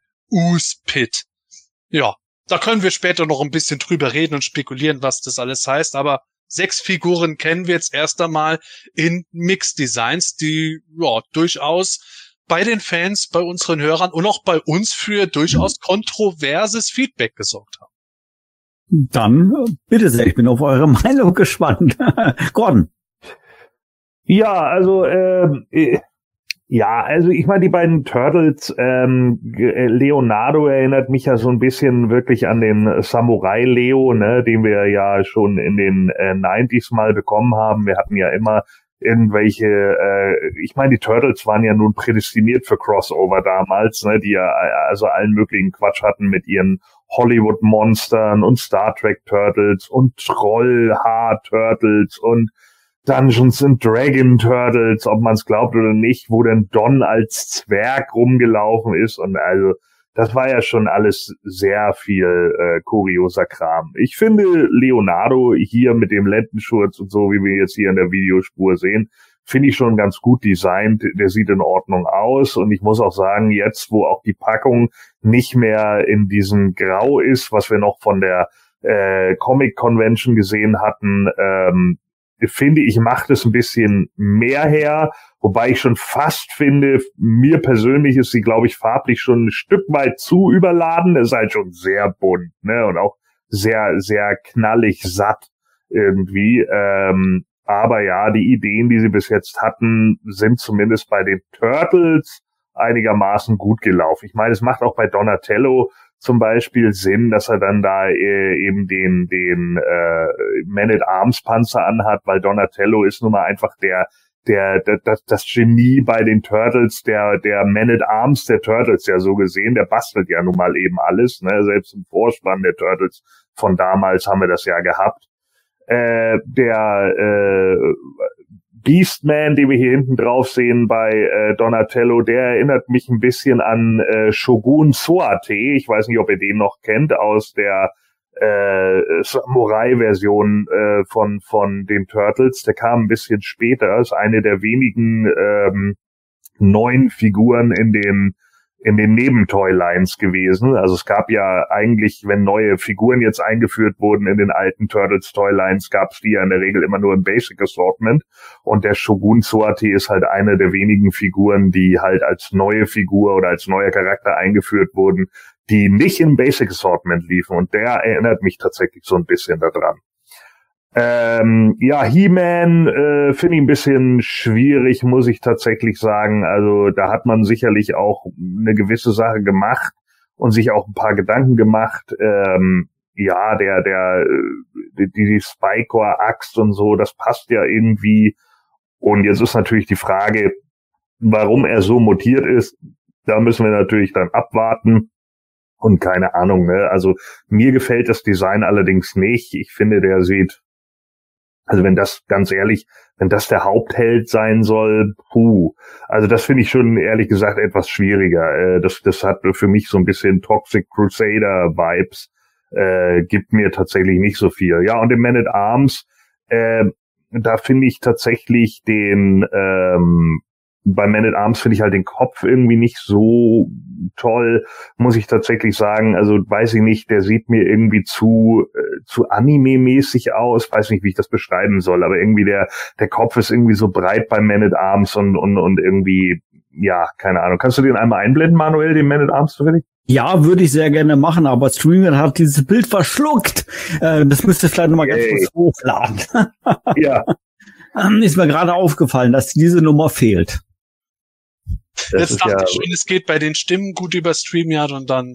Us-Pit. Ja, da können wir später noch ein bisschen drüber reden und spekulieren, was das alles heißt, aber sechs Figuren kennen wir jetzt erst einmal in Mix-Designs, die ja durchaus bei den Fans, bei unseren Hörern und auch bei uns für durchaus kontroverses Feedback gesorgt haben. Dann bitte sehr, ich bin auf eure Meinung gespannt. Gordon. Ja, also ähm, äh, ja, also ich meine, die beiden Turtles, ähm, Leonardo erinnert mich ja so ein bisschen wirklich an den Samurai Leo, ne, den wir ja schon in den äh, neunziger mal bekommen haben. Wir hatten ja immer irgendwelche, äh, ich meine, die Turtles waren ja nun prädestiniert für Crossover damals, ne, die ja also allen möglichen Quatsch hatten mit ihren Hollywood-Monstern und Star Trek Turtles und Trollhaar-Turtles und Dungeons and Dragon Turtles, ob man es glaubt oder nicht, wo denn Don als Zwerg rumgelaufen ist und also das war ja schon alles sehr viel äh, kurioser Kram. Ich finde Leonardo hier mit dem Lendenschurz und so, wie wir jetzt hier in der Videospur sehen, finde ich schon ganz gut designt. Der sieht in Ordnung aus und ich muss auch sagen, jetzt, wo auch die Packung nicht mehr in diesem Grau ist, was wir noch von der äh, Comic Convention gesehen hatten, ähm, finde ich, macht es ein bisschen mehr her, wobei ich schon fast finde, mir persönlich ist sie, glaube ich, farblich schon ein Stück weit zu überladen. Es ist halt schon sehr bunt, ne, und auch sehr, sehr knallig satt irgendwie. Ähm, aber ja, die Ideen, die sie bis jetzt hatten, sind zumindest bei den Turtles einigermaßen gut gelaufen. Ich meine, es macht auch bei Donatello zum Beispiel Sinn, dass er dann da äh, eben den den äh, Man-at-Arms-Panzer anhat, weil Donatello ist nun mal einfach der der, der das, das Genie bei den Turtles, der der Man-at-Arms der Turtles ja so gesehen, der bastelt ja nun mal eben alles, ne, selbst im Vorspann der Turtles von damals haben wir das ja gehabt. Äh, der äh, Beastman, den wir hier hinten drauf sehen bei äh, Donatello, der erinnert mich ein bisschen an äh, Shogun Soate. Ich weiß nicht, ob ihr den noch kennt aus der äh, Samurai-Version äh, von von den Turtles. Der kam ein bisschen später. Ist eine der wenigen ähm, neuen Figuren in den in den Nebentoylines gewesen. Also es gab ja eigentlich, wenn neue Figuren jetzt eingeführt wurden in den alten Turtles Toylines, gab es die ja in der Regel immer nur im Basic Assortment. Und der Shogun Soate ist halt eine der wenigen Figuren, die halt als neue Figur oder als neuer Charakter eingeführt wurden, die nicht im Basic Assortment liefen. Und der erinnert mich tatsächlich so ein bisschen daran. Ähm, ja, He-Man äh, finde ich ein bisschen schwierig, muss ich tatsächlich sagen. Also da hat man sicherlich auch eine gewisse Sache gemacht und sich auch ein paar Gedanken gemacht. Ähm, ja, der, der, die, die Spycore-Axt und so, das passt ja irgendwie. Und jetzt ist natürlich die Frage, warum er so mutiert ist. Da müssen wir natürlich dann abwarten. Und keine Ahnung, ne? Also mir gefällt das Design allerdings nicht. Ich finde, der sieht Also wenn das, ganz ehrlich, wenn das der Hauptheld sein soll, puh. Also das finde ich schon, ehrlich gesagt, etwas schwieriger. Äh, das, das hat für mich so ein bisschen Toxic Crusader-Vibes. Äh, gibt mir tatsächlich nicht so viel. Ja, und im Man-at-Arms, äh, da finde ich tatsächlich den, ähm, bei Man-at-Arms finde ich halt den Kopf irgendwie nicht so toll, muss ich tatsächlich sagen. Also weiß ich nicht, der sieht mir irgendwie zu äh, zu Anime-mäßig aus. Weiß nicht, wie ich das beschreiben soll, aber irgendwie der der Kopf ist irgendwie so breit bei Man-at-Arms und und und irgendwie, ja, keine Ahnung. Kannst du den einmal einblenden, Manuel, den Man-at-Arms zufällig? Ja, würde ich sehr gerne machen, aber Streamer hat dieses Bild verschluckt. Äh, das müsste vielleicht nochmal ganz Hey. kurz hochladen. Ja. Ist mir gerade aufgefallen, dass diese Nummer fehlt. Das Jetzt ist dachte ja, ich schon, es geht bei den Stimmen gut über StreamYard und dann.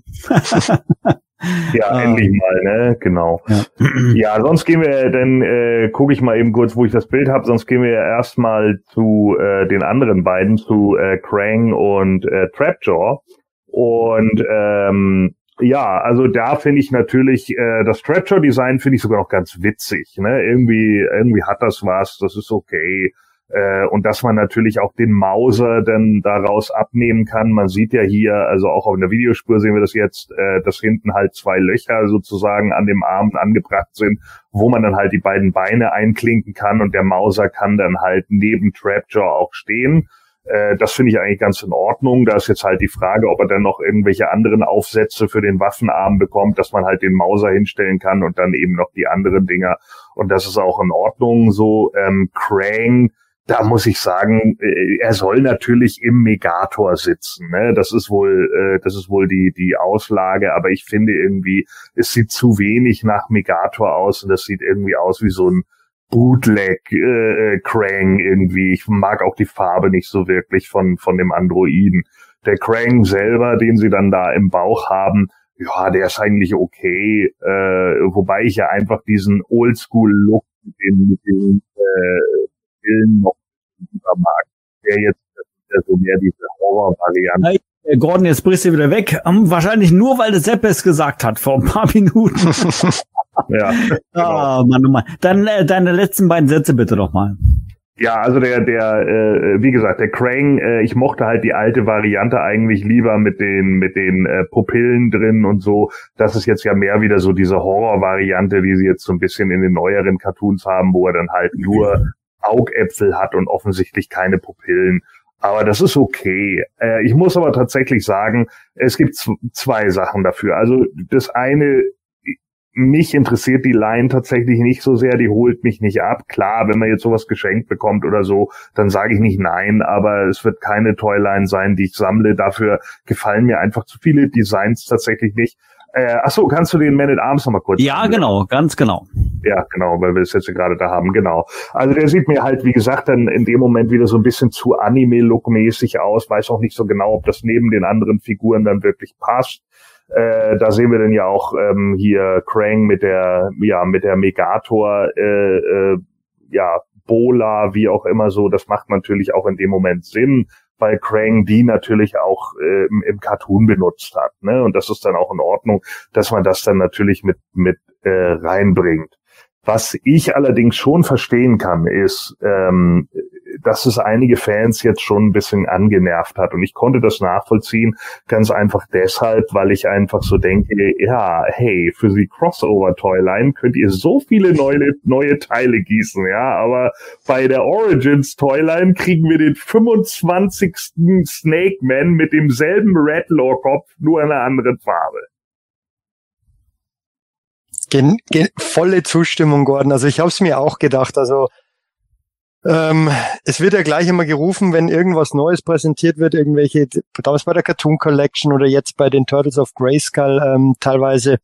ja, Ah. endlich mal, ne? Genau. Ja. Ja, sonst gehen wir, dann äh, gucke ich mal eben kurz, wo ich das Bild habe, sonst gehen wir erstmal zu äh, den anderen beiden, zu äh, Krang und äh, Trapjaw. Und ähm, ja, also da finde ich natürlich, äh, das Trapjaw-Design finde ich sogar noch ganz witzig, ne? Irgendwie, irgendwie hat das was, das ist okay. Äh, und dass man natürlich auch den Mauser dann daraus abnehmen kann. Man sieht ja hier, also auch auf der Videospur sehen wir das jetzt, äh, dass hinten halt zwei Löcher sozusagen an dem Arm angebracht sind, wo man dann halt die beiden Beine einklinken kann und der Mauser kann dann halt neben Trapjaw auch stehen. Äh, das finde ich eigentlich ganz in Ordnung. Da ist jetzt halt die Frage, ob er dann noch irgendwelche anderen Aufsätze für den Waffenarm bekommt, dass man halt den Mauser hinstellen kann und dann eben noch die anderen Dinger. Und das ist auch in Ordnung so. Ähm, Krang, da muss ich sagen, äh, er soll natürlich im Megator sitzen. Ne? Das ist wohl, äh, das ist wohl die die Auslage. Aber ich finde irgendwie, es sieht zu wenig nach Megator aus und das sieht irgendwie aus wie so ein Bootleg äh, Krang irgendwie. Ich mag auch die Farbe nicht so wirklich von von dem Androiden. Der Krang selber, den sie dann da im Bauch haben, ja, der ist eigentlich okay. Äh, wobei ich ja einfach diesen Oldschool-Look mit dem, mit dem äh, Film noch lieber mag. Der jetzt der so mehr diese Horror-Variante. Hey, Gordon, jetzt brichst du wieder weg. Um, wahrscheinlich nur, weil der Sepp es gesagt hat vor ein paar Minuten. Ja, genau. Ah, Mann, oh Mann. Dann äh, deine letzten beiden Sätze bitte noch mal. Ja, also der, der, äh, wie gesagt, der Krang, äh, ich mochte halt die alte Variante eigentlich lieber mit den, mit den äh, Pupillen drin und so. Das ist jetzt ja mehr wieder so diese Horror-Variante, wie sie jetzt so ein bisschen in den neueren Cartoons haben, wo er dann halt nur Augäpfel hat und offensichtlich keine Pupillen. Aber das ist okay. Äh, ich muss aber tatsächlich sagen, es gibt z- zwei Sachen dafür. Also das eine, mich interessiert die Line tatsächlich nicht so sehr, die holt mich nicht ab. Klar, wenn man jetzt sowas geschenkt bekommt oder so, dann sage ich nicht nein, aber es wird keine Toyline sein, die ich sammle. Dafür gefallen mir einfach zu viele Designs tatsächlich nicht. Äh, ach so, kannst du den Man at Arms nochmal kurz? Ja, genau, ganz genau. Ja, genau, weil wir es jetzt gerade da haben, genau. Also der sieht mir halt, wie gesagt, dann in dem Moment wieder so ein bisschen zu Anime-Look-mäßig aus. Weiß auch nicht so genau, ob das neben den anderen Figuren dann wirklich passt. Äh, da sehen wir dann ja auch ähm, hier Krang mit der, ja, mit der Megator, äh, äh, ja, Bola, wie auch immer so. Das macht natürlich auch in dem Moment Sinn, weil Krang die natürlich auch äh, im, im Cartoon benutzt hat, ne? Und das ist dann auch in Ordnung, dass man das dann natürlich mit mit äh, reinbringt. Was ich allerdings schon verstehen kann, ist, ähm, dass es einige Fans jetzt schon ein bisschen angenervt hat. Und ich konnte das nachvollziehen, ganz einfach deshalb, weil ich einfach so denke, ja, hey, für die Crossover-Toyline könnt ihr so viele neue, neue Teile gießen, ja, aber bei der Origins-Toyline kriegen wir den fünfundzwanzigsten Snake Man mit demselben Rattlor-Kopf, nur in einer anderen Farbe. Gen, gen, volle Zustimmung, Gordon. Also ich habe es mir auch gedacht. Also ähm, es wird ja gleich immer gerufen, wenn irgendwas Neues präsentiert wird, irgendwelche, damals bei der Cartoon Collection oder jetzt bei den Turtles of Grayskull ähm, teilweise.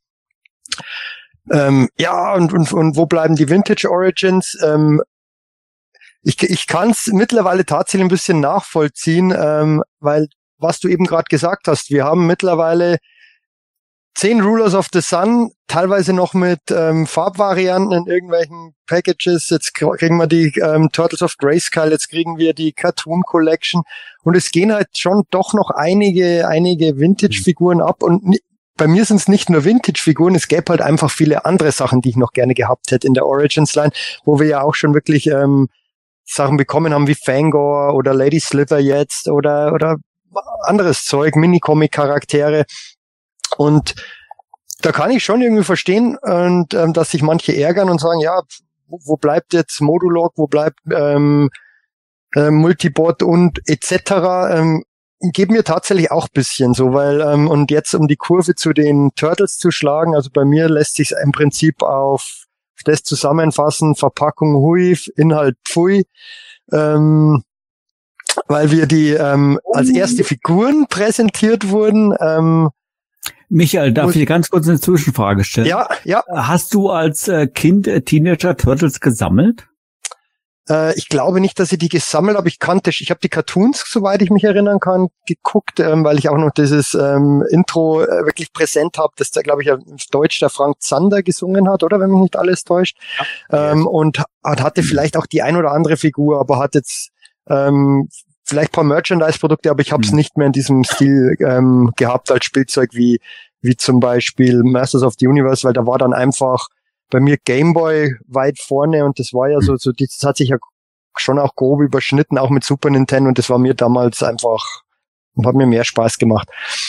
Ähm, ja, und, und, und wo bleiben die Vintage Origins? Ähm, ich ich kann es mittlerweile tatsächlich ein bisschen nachvollziehen, ähm, weil, was du eben gerade gesagt hast, wir haben mittlerweile zehn Rulers of the Sun, teilweise noch mit ähm, Farbvarianten in irgendwelchen Packages. Jetzt kriegen wir die ähm, Turtles of Grayskull, jetzt kriegen wir die Cartoon Collection. Und es gehen halt schon doch noch einige einige Vintage-Figuren ab. Und bei mir sind es nicht nur Vintage-Figuren, es gäbe halt einfach viele andere Sachen, die ich noch gerne gehabt hätte in der Origins-Line, wo wir ja auch schon wirklich ähm, Sachen bekommen haben wie Fangor oder Lady Slither jetzt oder oder anderes Zeug, Minicomic-Charaktere. Und da kann ich schon irgendwie verstehen, und ähm, dass sich manche ärgern und sagen, ja, wo, wo bleibt jetzt Modulog, wo bleibt ähm, äh, Multibot und et cetera. Ähm, geht mir tatsächlich auch bisschen so, weil ähm, und jetzt um die Kurve zu den Turtles zu schlagen, also bei mir lässt sich im Prinzip auf das zusammenfassen: Verpackung hui, Inhalt pfui. Ähm, weil wir die ähm, als erste Figuren präsentiert wurden. Ähm, Michael, darf ich ganz kurz eine Zwischenfrage stellen? Ja, ja. Hast du als äh, Kind, äh, Teenager Turtles gesammelt? Äh, ich glaube nicht, dass ich die gesammelt habe. Ich kannte, ich habe die Cartoons, soweit ich mich erinnern kann, geguckt, ähm, weil ich auch noch dieses ähm, Intro äh, wirklich präsent habe, das da, glaube ich, auf Deutsch der Frank Zander gesungen hat, oder, wenn mich nicht alles täuscht. Ja. Ähm, und hat, hatte vielleicht auch die ein oder andere Figur, aber hat jetzt ähm, vielleicht ein paar Merchandise-Produkte, aber ich habe es mhm. nicht mehr in diesem Stil ähm, gehabt als Spielzeug wie wie zum Beispiel Masters of the Universe, weil da war dann einfach bei mir Gameboy weit vorne und das war ja so, so das hat sich ja schon auch grob überschnitten, auch mit Super Nintendo, und das war mir damals einfach, hat mir mehr Spaß gemacht.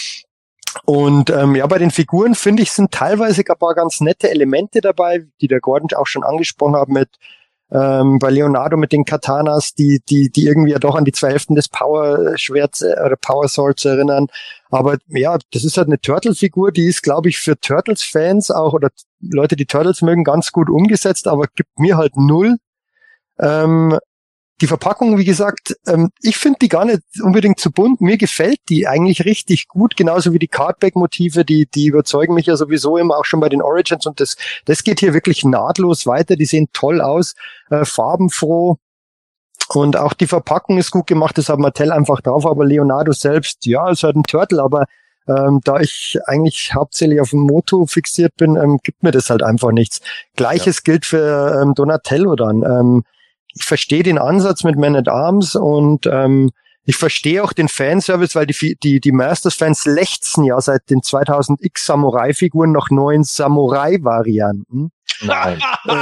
Und ähm, ja, bei den Figuren, finde ich, sind teilweise ein paar ganz nette Elemente dabei, die der Gordon auch schon angesprochen hat, mit Ähm, bei Leonardo mit den Katanas, die, die, die irgendwie ja doch an die zwei Hälften des Power-Schwerts äh, oder Power-Swords erinnern. Aber ja, das ist halt eine Turtle-Figur, die ist, glaube ich, für Turtles-Fans auch oder Leute, die Turtles mögen, ganz gut umgesetzt, aber gibt mir halt null. Ähm, die Verpackung, wie gesagt, ähm, ich finde die gar nicht unbedingt zu bunt. Mir gefällt die eigentlich richtig gut, genauso wie die Cardback-Motive, die die überzeugen mich ja sowieso immer, auch schon bei den Origins. Und das das geht hier wirklich nahtlos weiter. Die sehen toll aus, äh, farbenfroh. Und auch die Verpackung ist gut gemacht, das hat Mattel einfach drauf. Aber Leonardo selbst, ja, ist halt ein Turtle, aber ähm, da ich eigentlich hauptsächlich auf dem Moto fixiert bin, ähm, gibt mir das halt einfach nichts. Gleiches ja. gilt für ähm, Donatello dann. Ähm, Ich verstehe den Ansatz mit Man at Arms und ähm, ich verstehe auch den Fanservice, weil die die die Masters-Fans lechzen ja seit den zweitausend X Samurai-Figuren nach neuen Samurai-Varianten. Nein.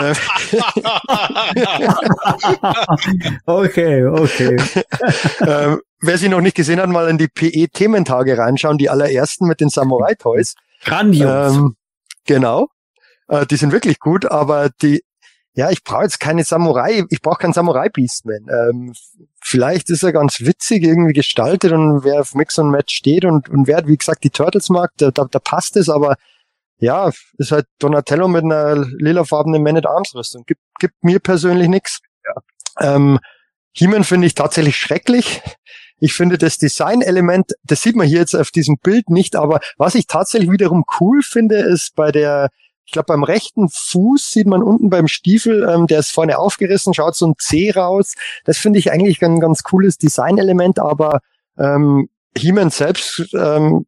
okay, okay. ähm, wer sie noch nicht gesehen hat, mal in die P E-Thementage reinschauen, die allerersten mit den Samurai-Toys. Grandios. Ähm, genau. Äh, die sind wirklich gut, aber die Ja, ich brauche jetzt keine Samurai, ich brauche keinen Samurai-Beastman. Ähm, vielleicht ist er ganz witzig irgendwie gestaltet und wer auf Mix und Match steht und, und wer, wie gesagt, die Turtles mag, da, da, da passt es, aber ja, ist halt Donatello mit einer lilafarbenen Man-at-Arms-Rüstung. Gibt, gibt mir persönlich nichts. Ja. Ähm, He-Man finde ich tatsächlich schrecklich. Ich finde das Design-Element, das sieht man hier jetzt auf diesem Bild nicht, aber was ich tatsächlich wiederum cool finde, ist bei der Ich glaube, beim rechten Fuß sieht man unten beim Stiefel, ähm, der ist vorne aufgerissen, schaut so ein C raus. Das finde ich eigentlich ein ganz cooles Designelement, aber ähm, He-Man selbst, ähm,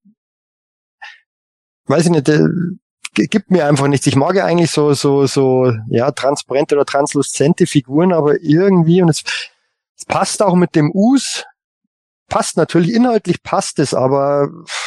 weiß ich nicht, der, g- gibt mir einfach nichts. Ich mag ja eigentlich so so so ja transparente oder transluzente Figuren, aber irgendwie, und es, es passt auch mit dem Us, passt natürlich, inhaltlich passt es, aber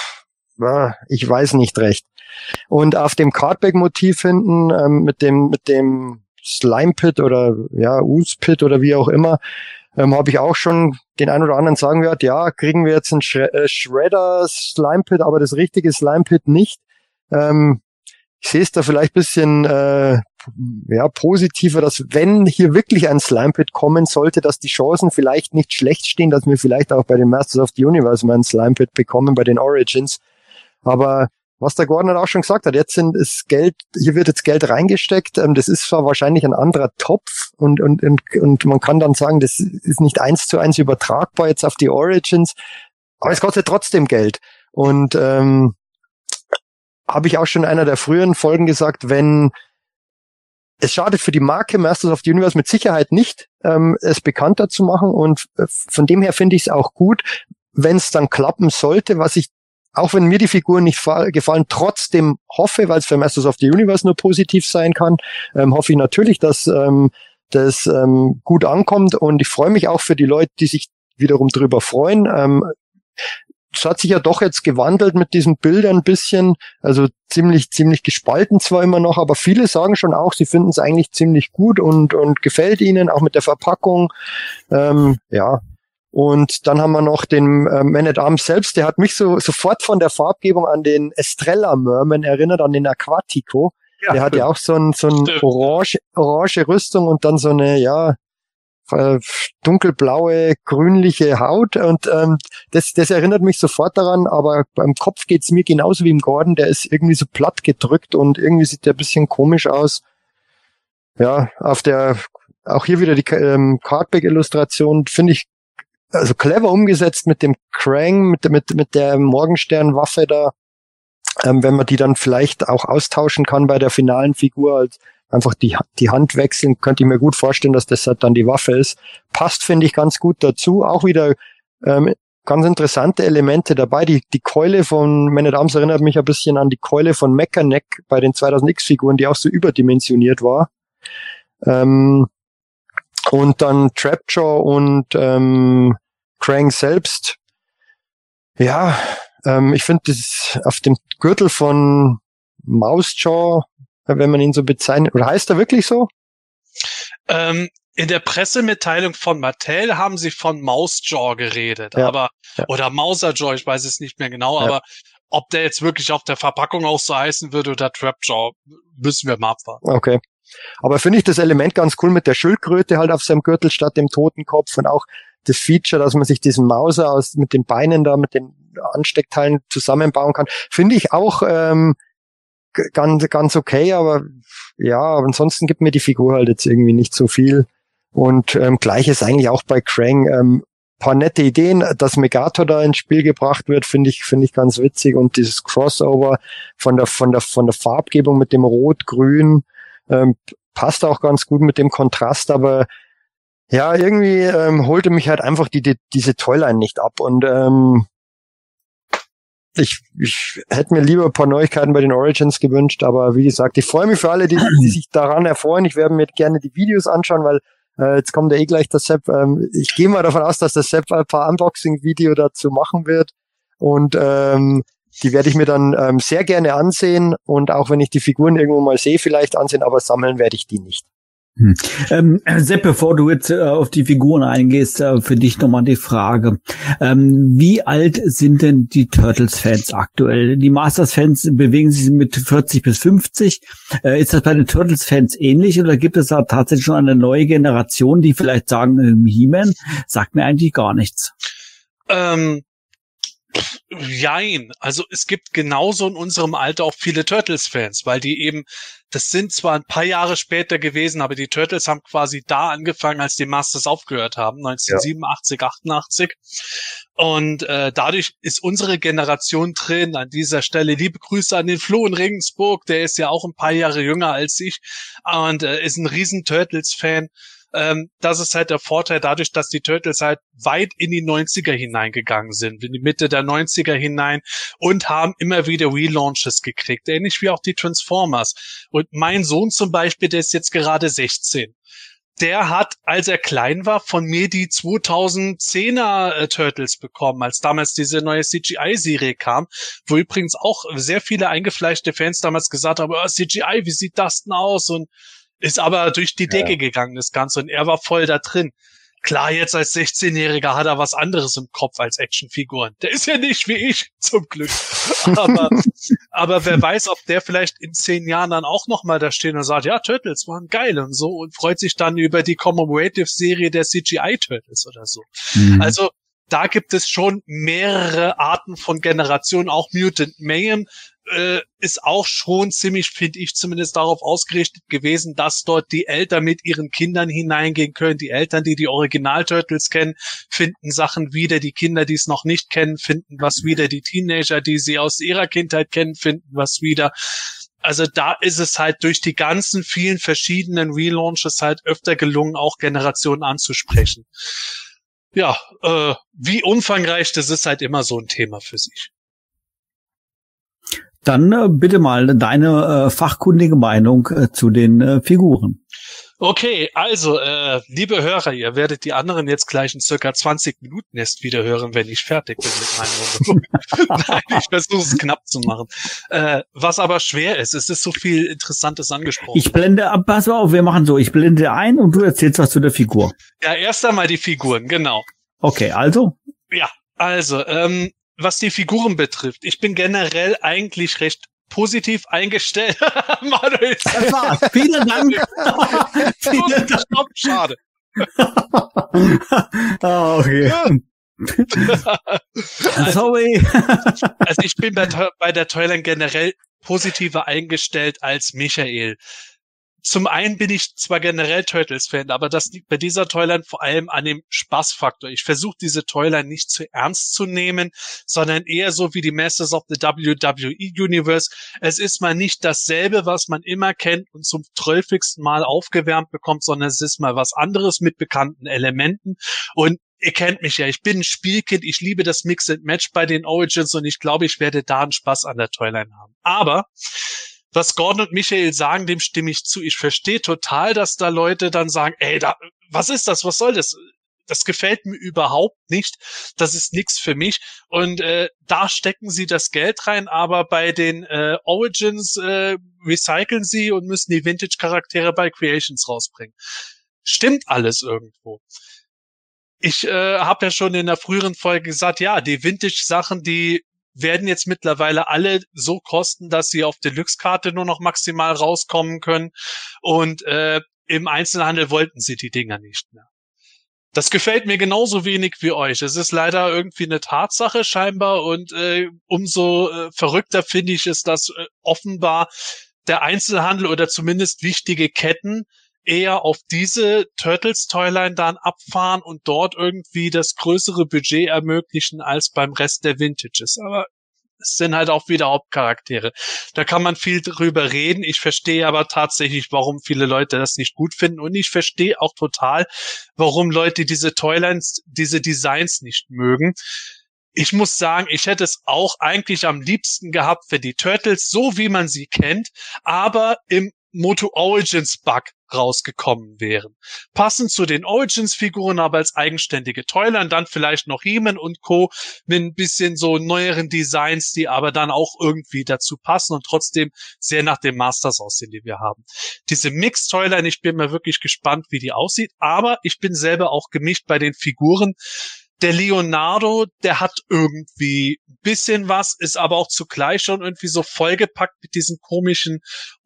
ja, ich weiß nicht recht. Und auf dem Cardback-Motiv hinten ähm, mit dem mit dem Slime Pit oder ja Ooze Pit oder wie auch immer, ähm, habe ich auch schon den einen oder anderen sagen gehört, ja, kriegen wir jetzt einen Shre- äh, Shredder Slime Pit, aber das richtige Slime Pit nicht. Ähm, ich sehe es da vielleicht ein bisschen äh, ja positiver, dass wenn hier wirklich ein Slime Pit kommen sollte, dass die Chancen vielleicht nicht schlecht stehen, dass wir vielleicht auch bei den Masters of the Universe mal ein Slime Pit bekommen, bei den Origins. Aber was der Gordon auch schon gesagt hat, jetzt sind es Geld, hier wird jetzt Geld reingesteckt, ähm, das ist zwar wahrscheinlich ein anderer Topf und, und, und, und man kann dann sagen, das ist nicht eins zu eins übertragbar jetzt auf die Origins, aber es kostet trotzdem Geld. Und ähm, habe ich auch schon in einer der früheren Folgen gesagt, wenn es schadet für die Marke Masters of the Universe mit Sicherheit nicht, ähm, es bekannter zu machen, und äh, von dem her finde ich es auch gut, wenn es dann klappen sollte, was ich, auch wenn mir die Figuren nicht fa- gefallen, trotzdem hoffe, weil es für Masters of the Universe nur positiv sein kann, ähm, hoffe ich natürlich, dass ähm, das ähm, gut ankommt, und ich freue mich auch für die Leute, die sich wiederum drüber freuen. Ähm, es hat sich ja doch jetzt gewandelt mit diesen Bildern ein bisschen, also ziemlich ziemlich gespalten zwar immer noch, aber viele sagen schon auch, sie finden es eigentlich ziemlich gut und und gefällt ihnen, auch mit der Verpackung. Ähm, ja. Und dann haben wir noch den äh, Man at Arms selbst, der hat mich so sofort von der Farbgebung an den Estrella Merman erinnert, an den Aquatico. Ja, der hat ja auch so ein so ein orange orange Rüstung und dann so eine ja äh, dunkelblaue grünliche Haut, und ähm, das das erinnert mich sofort daran, aber beim Kopf geht's mir genauso wie im Gordon, der ist irgendwie so platt gedrückt und irgendwie sieht der ein bisschen komisch aus. Ja, auf der auch hier wieder die ähm, Cardback-Illustration finde ich also clever umgesetzt mit dem Krang, mit, mit, mit der Morgensternwaffe da, ähm, wenn man die dann vielleicht auch austauschen kann bei der finalen Figur, halt einfach die, die Hand wechseln, könnte ich mir gut vorstellen, dass das halt dann die Waffe ist. Passt, finde ich, ganz gut dazu. Auch wieder ähm, ganz interessante Elemente dabei. Die, die Keule von Man at Arms erinnert mich ein bisschen an die Keule von Mechaneck bei den zweitausend X-Figuren, die auch so überdimensioniert war. Ähm, Und dann Trapjaw und ähm, Krang selbst. Ja, ähm, ich finde das auf dem Gürtel von Mousejaw, wenn man ihn so bezeichnet, oder heißt er wirklich so? Ähm, in der Pressemitteilung von Mattel haben sie von Mousejaw geredet, Ja, aber ja. oder Mouserjaw, ich weiß es nicht mehr genau, Ja. aber ob der jetzt wirklich auf der Verpackung auch so heißen würde oder Trapjaw, müssen wir mal abwarten. Okay. Aber finde ich das Element ganz cool mit der Schildkröte halt auf seinem Gürtel statt dem Totenkopf und auch das Feature, dass man sich diesen Mauser aus mit den Beinen da, mit den Ansteckteilen zusammenbauen kann, finde ich auch ähm, g- ganz ganz okay, aber ja, aber ansonsten gibt mir die Figur halt jetzt irgendwie nicht so viel. Und ähm, gleiches eigentlich auch bei Krang. Ähm, paar nette Ideen, dass Megator da ins Spiel gebracht wird, finde ich finde ich ganz witzig, und dieses Crossover von der von der von der Farbgebung mit dem Rot-Grün ähm, passt auch ganz gut mit dem Kontrast, aber ja, irgendwie ähm, holte mich halt einfach die, die diese Toyline nicht ab, und ähm, ich, ich hätte mir lieber ein paar Neuigkeiten bei den Origins gewünscht, aber wie gesagt, ich freue mich für alle, die, die sich daran erfreuen. Ich werde mir gerne die Videos anschauen, weil äh, jetzt kommt ja eh gleich der Sepp. Ähm, ich gehe mal davon aus, dass der Sepp ein paar Unboxing-Video dazu machen wird, und ähm, die werde ich mir dann ähm, sehr gerne ansehen, und auch wenn ich die Figuren irgendwo mal sehe, vielleicht ansehen, aber sammeln werde ich die nicht. Hm. Ähm, Sepp, bevor du jetzt äh, auf die Figuren eingehst, äh, für dich nochmal die Frage. Ähm, wie alt sind denn die Turtles-Fans aktuell? Die Masters-Fans bewegen sich mit vierzig bis fünfzig. Äh, ist das bei den Turtles-Fans ähnlich, oder gibt es da tatsächlich schon eine neue Generation, die vielleicht sagen, äh, He-Man sagt mir eigentlich gar nichts? Ähm, jein. Also es gibt genauso in unserem Alter auch viele Turtles-Fans, weil die eben, das sind zwar ein paar Jahre später gewesen, aber die Turtles haben quasi da angefangen, als die Masters aufgehört haben, neunzehnhundertsiebenundachtzig, ja. achtundachtzig. Und äh, dadurch ist unsere Generation drin. An dieser Stelle liebe Grüße an den Flo in Regensburg, der ist ja auch ein paar Jahre jünger als ich und äh, ist ein riesen Turtles-Fan. Ähm, das ist halt der Vorteil dadurch, dass die Turtles halt weit in die neunziger hineingegangen sind, in die Mitte der neunziger hinein, und haben immer wieder Relaunches gekriegt, ähnlich wie auch die Transformers. Und mein Sohn zum Beispiel, der ist jetzt gerade sechzehn. Der hat, als er klein war, von mir die zweitausendzehner äh, Turtles bekommen, als damals diese neue C G I-Serie kam, wo übrigens auch sehr viele eingefleischte Fans damals gesagt haben, oh, C G I, wie sieht das denn aus? Und ist aber durch die Decke ja. gegangen, das Ganze. Und er war voll da drin. Klar, jetzt als sechzehnjähriger hat er was anderes im Kopf als Actionfiguren. Der ist ja nicht wie ich, zum Glück. Aber, aber wer weiß, ob der vielleicht in zehn Jahren dann auch nochmal da steht und sagt, ja, Turtles waren geil und so, und freut sich dann über die Commemorative-Serie der C G I-Turtles oder so. Mhm. Also, da gibt es schon mehrere Arten von Generationen. Auch Mutant Mayhem äh, ist auch schon ziemlich, finde ich zumindest, darauf ausgerichtet gewesen, dass dort die Eltern mit ihren Kindern hineingehen können. Die Eltern, die die Original-Turtles kennen, finden Sachen wieder. Die Kinder, die es noch nicht kennen, finden was wieder. Die Teenager, die sie aus ihrer Kindheit kennen, finden was wieder. Also da ist es halt durch die ganzen vielen verschiedenen Relaunches halt öfter gelungen, auch Generationen anzusprechen. Ja, äh, wie umfangreich, das ist halt immer so ein Thema für sich. Dann äh, bitte mal deine äh, fachkundige Meinung äh, zu den äh, Figuren. Okay, also, äh, liebe Hörer, ihr werdet die anderen jetzt gleich in circa zwanzig Minuten erst wieder hören, wenn ich fertig bin mit meinem Monolog. Nein, ich versuche es knapp zu machen. Äh, was aber schwer ist, es ist so viel Interessantes angesprochen. Ich blende ab, pass mal auf, wir machen so, ich blende ein und du erzählst was zu der Figur. Ja, erst einmal die Figuren, genau. Okay, also? Ja, also, ähm, was die Figuren betrifft, ich bin generell eigentlich recht positiv eingestellt. Manuel, das war's. Vielen Dank. Vielen Dank. Stopp, schade. Ah, okay. Sorry. Also ich bin bei, bei der Toyline generell positiver eingestellt als Michael. Zum einen bin ich zwar generell Turtles-Fan, aber das liegt bei dieser Toyline vor allem an dem Spaßfaktor. Ich versuche diese Toyline nicht zu ernst zu nehmen, sondern eher so wie die Masters of the W W E Universe. Es ist mal nicht dasselbe, was man immer kennt und zum zwölfigsten Mal aufgewärmt bekommt, sondern es ist mal was anderes mit bekannten Elementen. Und ihr kennt mich ja, ich bin ein Spielkind, ich liebe das Mix and Match bei den Origins und ich glaube, ich werde da einen Spaß an der Toyline haben. Aber was Gordon und Michael sagen, dem stimme ich zu. Ich verstehe total, dass da Leute dann sagen, ey, da, was ist das, was soll das? Das gefällt mir überhaupt nicht, das ist nix für mich. Und äh, da stecken sie das Geld rein, aber bei den äh, Origins äh, recyceln sie und müssen die Vintage-Charaktere bei Creations rausbringen. Stimmt alles irgendwo. Ich äh, habe ja schon in der früheren Folge gesagt, ja, die Vintage-Sachen, die werden jetzt mittlerweile alle so kosten, dass sie auf Deluxe-Karte nur noch maximal rauskommen können. Und äh, im Einzelhandel wollten sie die Dinger nicht mehr. Das gefällt mir genauso wenig wie euch. Es ist leider irgendwie eine Tatsache scheinbar und äh, umso äh, verrückter finde ich es, dass äh, offenbar der Einzelhandel oder zumindest wichtige Ketten eher auf diese Turtles-Toyline dann abfahren und dort irgendwie das größere Budget ermöglichen als beim Rest der Vintages. Aber es sind halt auch wieder Hauptcharaktere. Da kann man viel drüber reden. Ich verstehe aber tatsächlich, warum viele Leute das nicht gut finden. Und ich verstehe auch total, warum Leute diese Toylines, diese Designs nicht mögen. Ich muss sagen, ich hätte es auch eigentlich am liebsten gehabt, wenn die Turtles, so wie man sie kennt, aber im Moto Origins Bug rausgekommen wären. Passend zu den Origins-Figuren, aber als eigenständige Toyline, dann vielleicht noch He-Man und Co. mit ein bisschen so neueren Designs, die aber dann auch irgendwie dazu passen und trotzdem sehr nach den Masters aussehen, die wir haben. Diese Mix-Toyline, ich bin mal wirklich gespannt, wie die aussieht, aber ich bin selber auch gemischt bei den Figuren. Der Leonardo, der hat irgendwie ein bisschen was, ist aber auch zugleich schon irgendwie so vollgepackt mit diesen komischen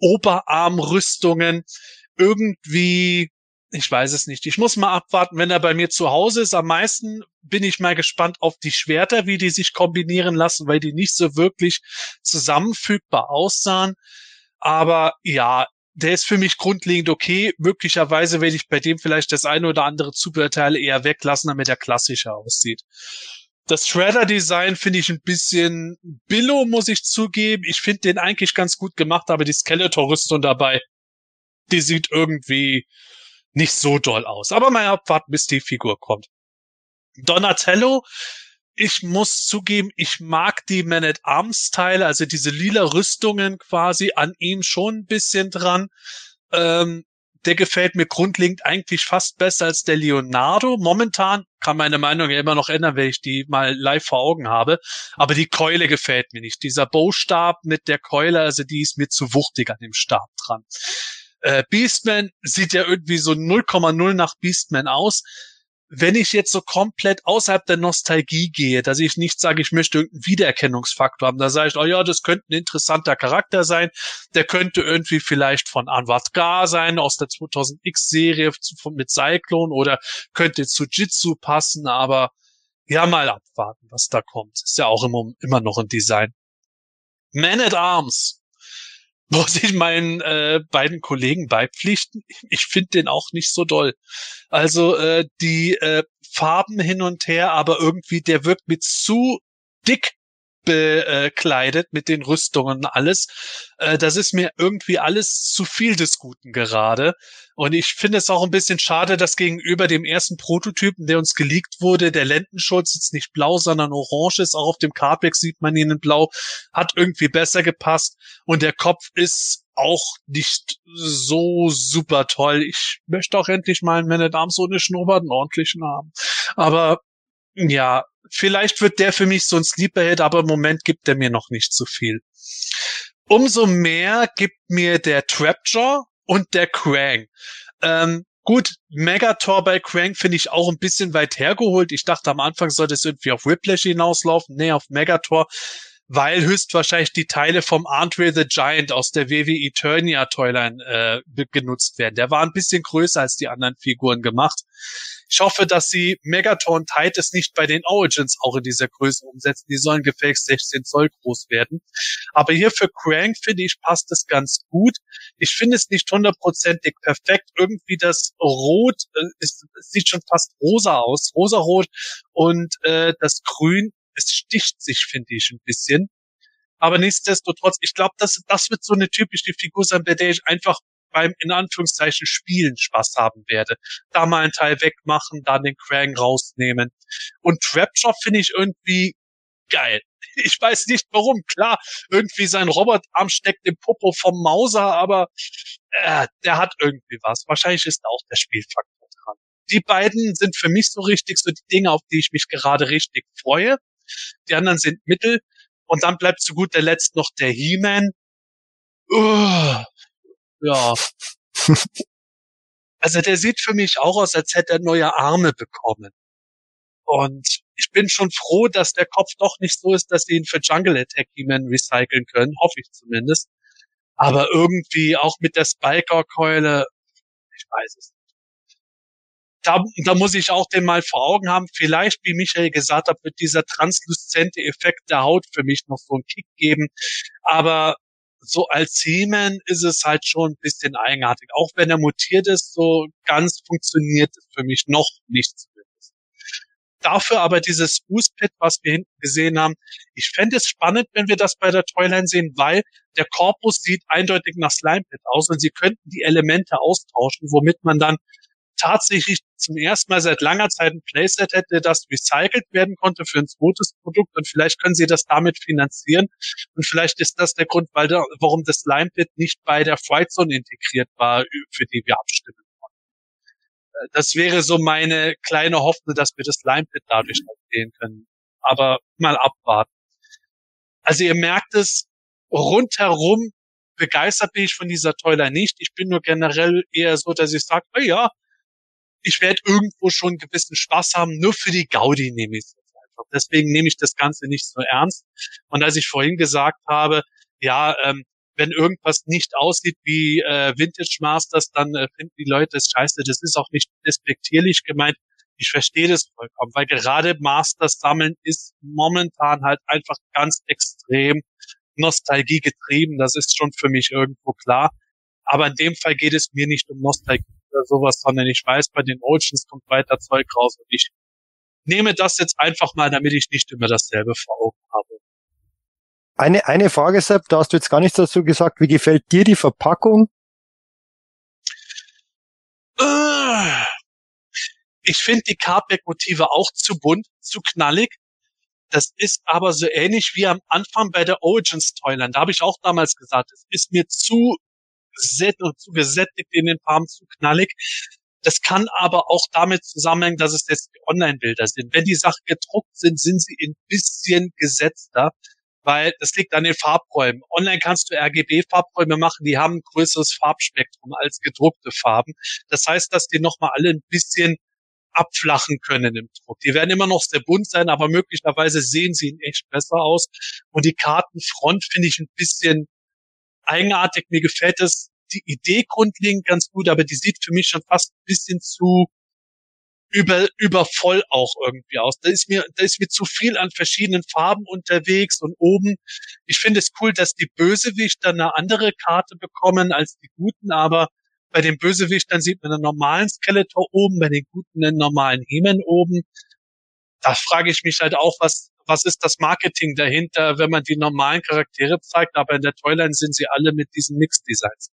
Oberarmrüstungen. Irgendwie, ich weiß es nicht. Ich muss mal abwarten, wenn er bei mir zu Hause ist. Am meisten bin ich mal gespannt auf die Schwerter, wie die sich kombinieren lassen, weil die nicht so wirklich zusammenfügbar aussahen. Aber ja, der ist für mich grundlegend okay. Möglicherweise werde ich bei dem vielleicht das eine oder andere Zubehörteil eher weglassen, damit er klassischer aussieht. Das Shredder-Design finde ich ein bisschen billo, muss ich zugeben. Ich finde den eigentlich ganz gut gemacht, aber die Skeletor-Rüstung dabei, die sieht irgendwie nicht so doll aus. Aber mal abwarten, bis die Figur kommt. Donatello, ich muss zugeben, ich mag die Man-at-Arms-Teile, also diese lila Rüstungen quasi an ihm schon ein bisschen dran. Ähm, der gefällt mir grundlegend eigentlich fast besser als der Leonardo. Momentan kann meine Meinung ja immer noch ändern, wenn ich die mal live vor Augen habe. Aber die Keule gefällt mir nicht. Dieser Bowstab mit der Keule, also die ist mir zu wuchtig an dem Stab dran. Äh, Beastman sieht ja irgendwie so null Komma null nach Beastman aus. Wenn ich jetzt so komplett außerhalb der Nostalgie gehe, dass ich nicht sage, ich möchte irgendeinen Wiedererkennungsfaktor haben, da sage ich, oh ja, das könnte ein interessanter Charakter sein, der könnte irgendwie vielleicht von Anwar Gar sein, aus der zweitausend X-Serie mit Cyclone oder könnte zu Jitsu passen, aber ja, mal abwarten, was da kommt. Ist ja auch immer, immer noch ein Design. Man-at-Arms. Muss ich meinen äh, beiden Kollegen beipflichten? Ich finde den auch nicht so doll. Also äh, die äh, Farben hin und her, aber irgendwie der wirkt mit zu dick bekleidet mit den Rüstungen und alles. Äh, das ist mir irgendwie alles zu viel des Guten gerade. Und ich finde es auch ein bisschen schade, dass gegenüber dem ersten Prototypen, der uns geleakt wurde, der Lendenschutz jetzt nicht blau, sondern orange ist. Auch auf dem Cardback sieht man ihn in blau. Hat irgendwie besser gepasst. Und der Kopf ist auch nicht so super toll. Ich möchte auch endlich mal einen Man-at-Arms ohne Schnurrbart, einen ordentlichen haben. Aber ja, vielleicht wird der für mich so ein Sleeper-Hit, aber im Moment gibt er mir noch nicht so viel. Umso mehr gibt mir der Trapjaw und der Krang. Ähm, gut, Megator bei Krang finde ich auch ein bisschen weit hergeholt. Ich dachte am Anfang sollte es irgendwie auf Whiplash hinauslaufen. Nee, auf Megator, weil höchstwahrscheinlich die Teile vom Andre the Giant aus der W W Eternia Toyline äh, genutzt werden. Der war ein bisschen größer als die anderen Figuren gemacht. Ich hoffe, dass sie Megator und Titus nicht bei den Origins auch in dieser Größe umsetzen. Die sollen gefälligst sechzehn Zoll groß werden. Aber hier für Krang, finde ich, passt es ganz gut. Ich finde es nicht hundertprozentig perfekt. Irgendwie das Rot, äh, ist, es sieht schon fast rosa aus, rosarot. Und äh, das Grün, es sticht sich, finde ich, ein bisschen. Aber nichtsdestotrotz, ich glaube, das, das wird so eine typische Figur sein, bei der ich einfach beim, in Anführungszeichen, Spielen Spaß haben werde. Da mal einen Teil wegmachen, dann den Krang rausnehmen. Und Trapjaw finde ich irgendwie geil. Ich weiß nicht warum. Klar, irgendwie sein Robotarm steckt im Popo vom Mauser, aber äh, der hat irgendwie was. Wahrscheinlich ist auch der Spielfaktor dran. Die beiden sind für mich so richtig so die Dinge, auf die ich mich gerade richtig freue. Die anderen sind Mittel. Und dann bleibt zu guter Letzt noch der He-Man. Uh, ja. Also der sieht für mich auch aus, als hätte er neue Arme bekommen. Und ich bin schon froh, dass der Kopf doch nicht so ist, dass sie ihn für Jungle Attack He-Man recyceln können, hoffe ich zumindest. Aber irgendwie auch mit der Spiker-Keule, ich weiß es nicht. Da, da muss ich auch den mal vor Augen haben. Vielleicht, wie Michael gesagt hat, wird dieser transluzente Effekt der Haut für mich noch so einen Kick geben. Aber so als He-Man ist es halt schon ein bisschen eigenartig. Auch wenn er mutiert ist, so ganz funktioniert es für mich noch nicht zumindest. Dafür aber dieses Boost-Pit, was wir hinten gesehen haben, ich fände es spannend, wenn wir das bei der Toyline sehen, weil der Korpus sieht eindeutig nach Slime-Pit aus und sie könnten die Elemente austauschen, womit man dann tatsächlich zum ersten Mal seit langer Zeit ein Playset hätte, das recycelt werden konnte für ein zweites Produkt und vielleicht können sie das damit finanzieren und vielleicht ist das der Grund, weil da, warum das Slime-Pit nicht bei der Fright Zone integriert war, für die wir abstimmen konnten. Das wäre so meine kleine Hoffnung, dass wir das Slime-Pit dadurch noch sehen können. Aber mal abwarten. Also ihr merkt es, rundherum begeistert bin ich von dieser Toyline nicht. Ich bin nur generell eher so, dass ich sage, oh ja, ich werde irgendwo schon einen gewissen Spaß haben, nur für die Gaudi nehme ich es jetzt einfach. Deswegen nehme ich das Ganze nicht so ernst. Und als ich vorhin gesagt habe, ja, ähm, wenn irgendwas nicht aussieht wie äh, Vintage Masters, dann äh, finden die Leute das scheiße. Das ist auch nicht despektierlich gemeint. Ich verstehe das vollkommen, weil gerade Masters sammeln ist momentan halt einfach ganz extrem Nostalgie getrieben. Das ist schon für mich irgendwo klar. Aber in dem Fall geht es mir nicht um Nostalgie oder sowas, sondern ich weiß, bei den Origins kommt weiter Zeug raus und ich nehme das jetzt einfach mal, damit ich nicht immer dasselbe vor Augen habe. Eine, eine Frage, Sepp, da hast du jetzt gar nichts dazu gesagt. Wie gefällt dir die Verpackung? Ich finde die Cardback-Motive auch zu bunt, zu knallig. Das ist aber so ähnlich wie am Anfang bei der Origins Toyline. Da habe ich auch damals gesagt, es ist mir zu zu gesättigt in den Farben, zu knallig. Das kann aber auch damit zusammenhängen, dass es jetzt die Online-Bilder sind. Wenn die Sachen gedruckt sind, sind sie ein bisschen gesetzter, weil das liegt an den Farbräumen. Online kannst du R G B-Farbräume machen, die haben ein größeres Farbspektrum als gedruckte Farben. Das heißt, dass die nochmal alle ein bisschen abflachen können im Druck. Die werden immer noch sehr bunt sein, aber möglicherweise sehen sie in echt besser aus. Und die Kartenfront finde ich ein bisschen eigenartig. Mir gefällt es, die Idee grundlegend ganz gut, aber die sieht für mich schon fast ein bisschen zu über, übervoll auch irgendwie aus. Da ist mir, da ist mir zu viel an verschiedenen Farben unterwegs und oben. Ich finde es cool, dass die Bösewichter eine andere Karte bekommen als die Guten, aber bei den Bösewichtern sieht man einen normalen Skeletor oben, bei den Guten einen normalen He-Man oben. Da frage ich mich halt auch, was, was ist das Marketing dahinter, wenn man die normalen Charaktere zeigt, aber in der Toyline sind sie alle mit diesen Mix-Designs.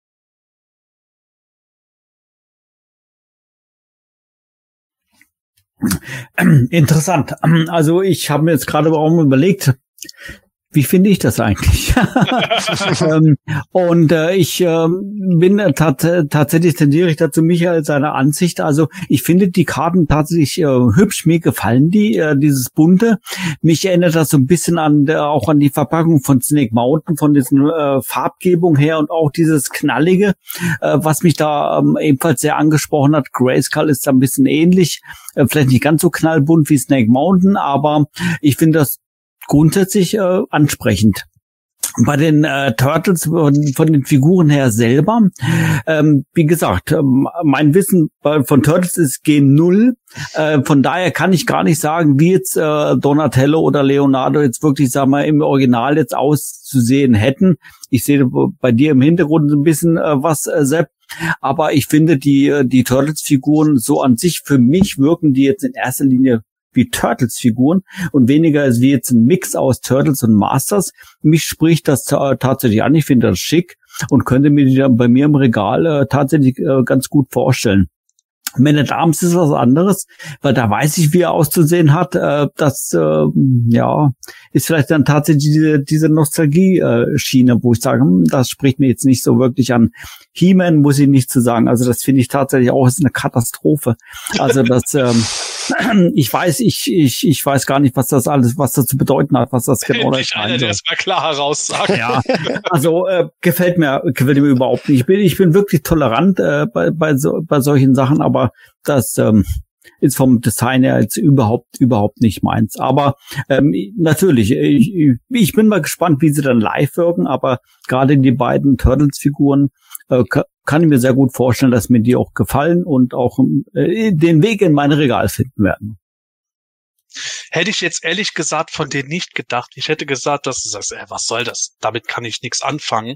Interessant. Also ich habe mir jetzt gerade warum überlegt, wie finde ich das eigentlich? ähm, und äh, ich äh, bin äh, tat, tatsächlich tendiere ich dazu Michael seiner Ansicht. Also ich finde die Karten tatsächlich äh, hübsch. Mir gefallen die, äh, dieses bunte. Mich erinnert das so ein bisschen an der, auch an die Verpackung von Snake Mountain, von diesen äh, Farbgebung her und auch dieses knallige, äh, was mich da ähm, ebenfalls sehr angesprochen hat. Grayskull ist da ein bisschen ähnlich, äh, vielleicht nicht ganz so knallbunt wie Snake Mountain, aber ich finde das grundsätzlich äh, ansprechend. Bei den äh, Turtles von, von den Figuren her selber, ähm, wie gesagt, ähm, mein Wissen von Turtles ist G null. Äh, von daher kann ich gar nicht sagen, wie jetzt äh, Donatello oder Leonardo jetzt wirklich, sag mal, im Original jetzt auszusehen hätten. Ich sehe bei dir im Hintergrund ein bisschen äh, was, äh, Sepp. Aber ich finde, die, die Turtles-Figuren so an sich, für mich wirken die jetzt in erster Linie wie Turtles-Figuren und weniger als wie jetzt ein Mix aus Turtles und Masters. Mich spricht das äh, tatsächlich an. Ich finde das schick und könnte mir die dann bei mir im Regal äh, tatsächlich äh, ganz gut vorstellen. Man at Arms ist was anderes, weil da weiß ich, wie er auszusehen hat. Äh, das äh, ja ist vielleicht dann tatsächlich diese, diese Nostalgie-Schiene, wo ich sage, hm, das spricht mir jetzt nicht so wirklich an. He-Man muss ich nicht zu sagen. Also das finde ich tatsächlich auch, ist eine Katastrophe. Also das, ähm, ich weiß, ich ich ich weiß gar nicht, was das alles, was das zu bedeuten hat, was das genau ist. Endlich einer, der es mal klar heraus sagt. Ja, also äh, gefällt mir gefällt mir überhaupt nicht. Ich bin ich bin wirklich tolerant äh, bei bei so bei solchen Sachen, aber das ähm, ist vom Design her jetzt überhaupt, überhaupt nicht meins. Aber ähm, natürlich, ich, ich bin mal gespannt, wie sie dann live wirken, aber gerade die beiden Turtles-Figuren äh, kann ich mir sehr gut vorstellen, dass mir die auch gefallen und auch äh, den Weg in mein Regal finden werden. Hätte ich jetzt ehrlich gesagt von denen nicht gedacht. Ich hätte gesagt, dass du sagst, ey, was soll das? Damit kann ich nichts anfangen.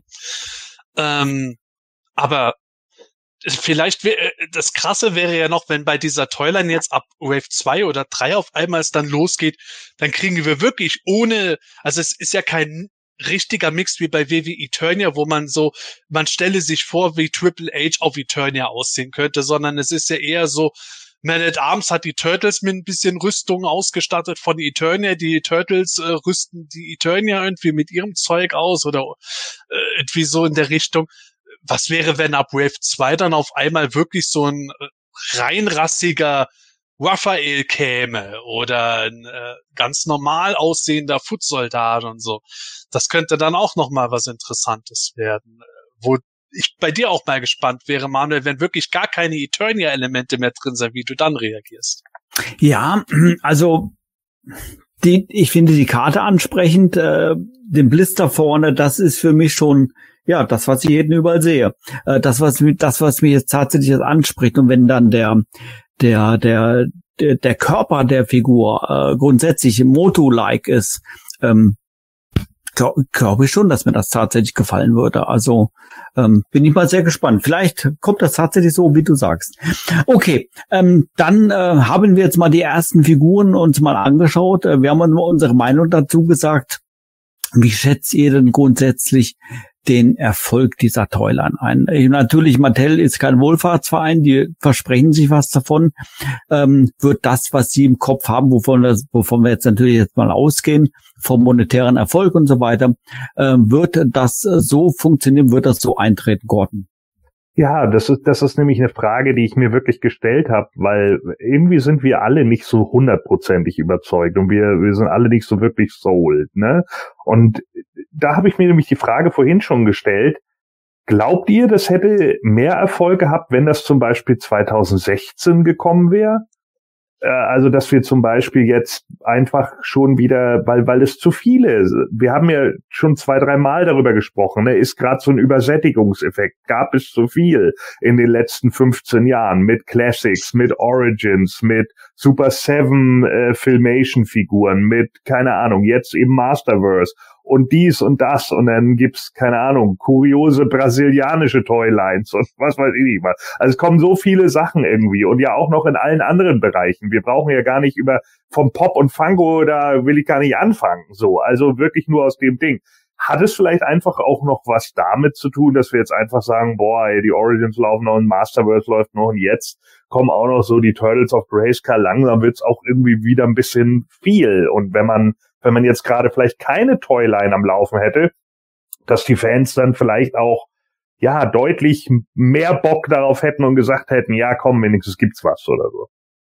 Ähm, aber vielleicht wäre, das Krasse wäre ja noch, wenn bei dieser Toyline jetzt ab Wave zwei oder drei auf einmal es dann losgeht, dann kriegen wir wirklich ohne, also es ist ja kein richtiger Mix wie bei W W Eternia, wo man so, man stelle sich vor, wie Triple H auf Eternia aussehen könnte, sondern es ist ja eher so, Man at Arms hat die Turtles mit ein bisschen Rüstung ausgestattet von Eternia. Die Turtles äh, rüsten die Eternia irgendwie mit ihrem Zeug aus oder äh, irgendwie so in der Richtung. Was wäre, wenn ab Wave zwei dann auf einmal wirklich so ein äh, reinrassiger Raphael käme oder ein äh, ganz normal aussehender Footsoldat und so. Das könnte dann auch noch mal was Interessantes werden, wo ich bei dir auch mal gespannt wäre, Manuel, wenn wirklich gar keine Eternia-Elemente mehr drin sind, wie du dann reagierst. Ja, also die, ich finde die Karte ansprechend, äh, den Blister vorne, das ist für mich schon ja das, was ich jeden überall sehe. Äh, das, was mich, das, was mich jetzt tatsächlich jetzt anspricht. Und wenn dann der der der der, der Körper der Figur äh, grundsätzlich Motu-like ist, ähm, glaube glaub ich schon, dass mir das tatsächlich gefallen würde. Also ähm, bin ich mal sehr gespannt. Vielleicht kommt das tatsächlich so, wie du sagst. Okay, ähm, dann äh, haben wir jetzt mal die ersten Figuren uns mal angeschaut. Äh, wir haben uns mal unsere Meinung dazu gesagt. Wie schätzt ihr denn grundsätzlich den Erfolg dieser Toyline ein? Äh, natürlich, Mattel ist kein Wohlfahrtsverein, die versprechen sich was davon. Ähm, wird das, was sie im Kopf haben, wovon, das, wovon wir jetzt natürlich jetzt mal ausgehen, vom monetären Erfolg und so weiter, äh, wird das äh, so funktionieren, wird das so eintreten, Gordon? Ja, das ist das ist nämlich eine Frage, die ich mir wirklich gestellt habe, weil irgendwie sind wir alle nicht so hundertprozentig überzeugt und wir wir sind alle nicht so wirklich sold, ne? Und da habe ich mir nämlich die Frage vorhin schon gestellt, glaubt ihr, das hätte mehr Erfolg gehabt, wenn das zum Beispiel zwanzig sechzehn gekommen wäre? Also, dass wir zum Beispiel jetzt einfach schon wieder, weil weil es zu viele ist. Wir haben ja schon zwei, drei Mal darüber gesprochen, ne? Ist gerade so ein Übersättigungseffekt. Gab es zu viel in den letzten fünfzehn Jahren mit Classics, mit Origins, mit Super Seven äh, Filmation-Figuren, mit, keine Ahnung, jetzt eben Masterverse und dies und das und dann gibt's, keine Ahnung, kuriose brasilianische Toylines und was weiß ich nicht mal. Also es kommen so viele Sachen irgendwie und ja auch noch in allen anderen Bereichen. Wir brauchen ja gar nicht über vom Pop und Fango, da will ich gar nicht anfangen. So, also wirklich nur aus dem Ding. Hat es vielleicht einfach auch noch was damit zu tun, dass wir jetzt einfach sagen, boah, ey, die Origins laufen noch und Masterverse läuft noch und jetzt kommen auch noch so die Turtles of Grayskull, langsam wird's auch irgendwie wieder ein bisschen viel. Und wenn man wenn man jetzt gerade vielleicht keine Toyline am Laufen hätte, dass die Fans dann vielleicht auch ja deutlich mehr Bock darauf hätten und gesagt hätten, ja komm, wenigstens gibt's was oder so.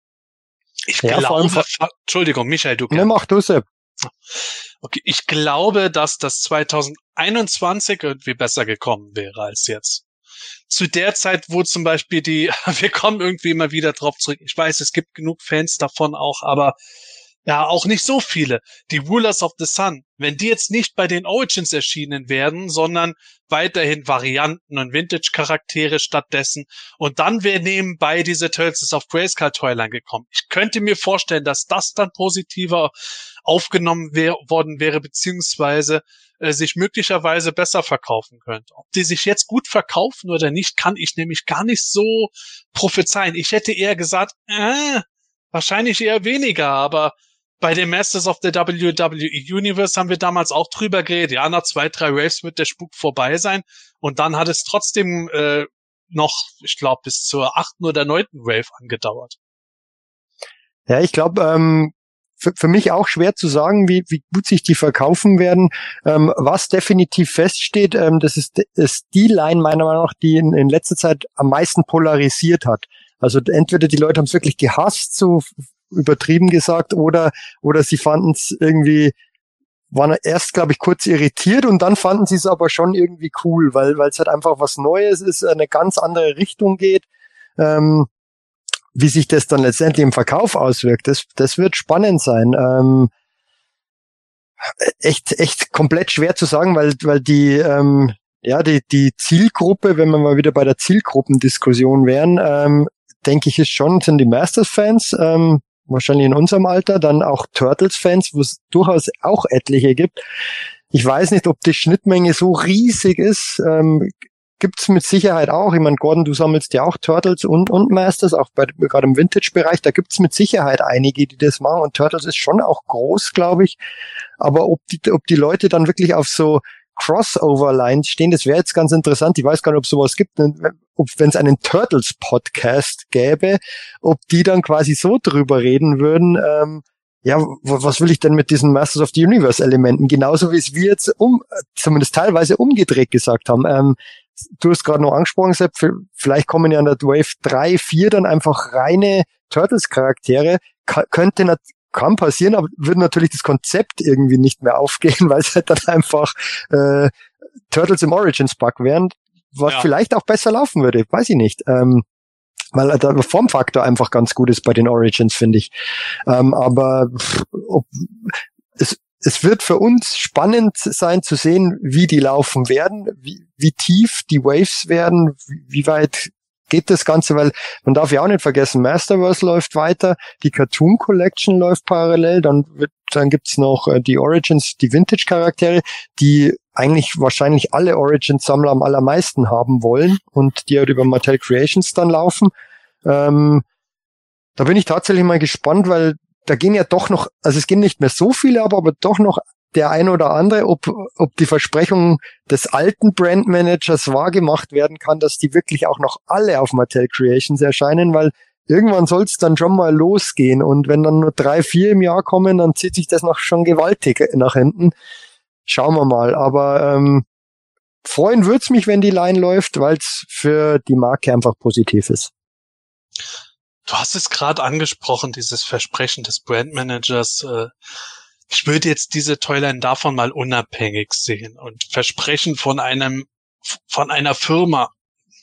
Ich ja, glaube, Entschuldigung, Michael, du ne, mach du, Sepp. Okay, ich glaube, dass das zwanzig einundzwanzig irgendwie besser gekommen wäre als jetzt. Zu der Zeit, wo zum Beispiel die, wir kommen irgendwie immer wieder drauf zurück. Ich weiß, es gibt genug Fans davon auch, aber ja, auch nicht so viele. Die Rulers of the Sun, wenn die jetzt nicht bei den Origins erschienen werden, sondern weiterhin Varianten und Vintage-Charaktere stattdessen und dann wäre nebenbei diese Turtles of Grayskull Toyline gekommen. Ich könnte mir vorstellen, dass das dann positiver aufgenommen wär, worden wäre, beziehungsweise äh, sich möglicherweise besser verkaufen könnte. Ob die sich jetzt gut verkaufen oder nicht, kann ich nämlich gar nicht so prophezeien. Ich hätte eher gesagt, äh, wahrscheinlich eher weniger, aber bei den Masters of the W W E Universe haben wir damals auch drüber geredet. Ja, nach zwei, drei Waves wird der Spuk vorbei sein. Und dann hat es trotzdem äh, noch, ich glaube, bis zur achten oder neunten Wave angedauert. Ja, ich glaube, ähm, für, für mich auch schwer zu sagen, wie, wie gut sich die verkaufen werden. Ähm, was definitiv feststeht, ähm, das ist, ist die Line meiner Meinung nach, die in, in letzter Zeit am meisten polarisiert hat. Also entweder die Leute haben es wirklich gehasst, so übertrieben gesagt, oder oder sie fanden es irgendwie, waren erst, glaube ich, kurz irritiert und dann fanden sie es aber schon irgendwie cool, weil weil es halt einfach was Neues ist, eine ganz andere Richtung geht. Ähm, wie sich das dann letztendlich im Verkauf auswirkt, das, das wird spannend sein. Ähm, echt, echt komplett schwer zu sagen, weil, weil die, ähm, ja, die, die Zielgruppe, wenn wir mal wieder bei der Zielgruppendiskussion wären, ähm, denke ich, ist schon, sind die Masters-Fans, ähm, wahrscheinlich in unserem Alter, dann auch Turtles-Fans, wo es durchaus auch etliche gibt. Ich weiß nicht, ob die Schnittmenge so riesig ist, ähm, gibt's mit Sicherheit auch. Ich meine, Gordon, du sammelst ja auch Turtles und, und Masters, auch bei, gerade im Vintage-Bereich, da gibt's mit Sicherheit einige, die das machen, und Turtles ist schon auch groß, glaube ich. Aber ob die, ob die Leute dann wirklich auf so Crossover-Lines stehen, das wäre jetzt ganz interessant. Ich weiß gar nicht, ob sowas gibt, ob, wenn es einen Turtles-Podcast gäbe, ob die dann quasi so drüber reden würden, ähm, ja, was will ich denn mit diesen Masters of the Universe-Elementen? Genauso wie es wir jetzt um, zumindest teilweise umgedreht gesagt haben. Ähm, du hast gerade noch angesprochen, Sepp, vielleicht kommen ja an der Wave drei, vier dann einfach reine Turtles-Charaktere. Ka- könnte nat- kann passieren, aber würde natürlich das Konzept irgendwie nicht mehr aufgehen, weil es halt dann einfach äh, Turtles im Origins-Pack wären, was ja vielleicht auch besser laufen würde, weiß ich nicht. Ähm, weil der Formfaktor einfach ganz gut ist bei den Origins, finde ich. Ähm, aber pff, ob, es, es wird für uns spannend sein zu sehen, wie die laufen werden, wie, wie tief die Waves werden, wie, wie weit geht das Ganze, weil man darf ja auch nicht vergessen, Masterverse läuft weiter, die Cartoon Collection läuft parallel, dann wird, dann gibt's noch äh, die Origins, die Vintage-Charaktere, die eigentlich wahrscheinlich alle Origins-Sammler am allermeisten haben wollen und die halt über Mattel Creations dann laufen. Ähm, da bin ich tatsächlich mal gespannt, weil da gehen ja doch noch, also es gehen nicht mehr so viele, aber, aber doch noch der ein oder andere, ob, ob die Versprechung des alten Brandmanagers wahrgemacht werden kann, dass die wirklich auch noch alle auf Mattel Creations erscheinen, weil irgendwann soll es dann schon mal losgehen, und wenn dann nur drei, vier im Jahr kommen, dann zieht sich das noch schon gewaltig nach hinten. Schauen wir mal, aber ähm, freuen wird's mich, wenn die Line läuft, weil es für die Marke einfach positiv ist. Du hast es gerade angesprochen, dieses Versprechen des Brandmanagers. Äh, ich würde jetzt diese Toyline davon mal unabhängig sehen und Versprechen von einem, von einer Firma.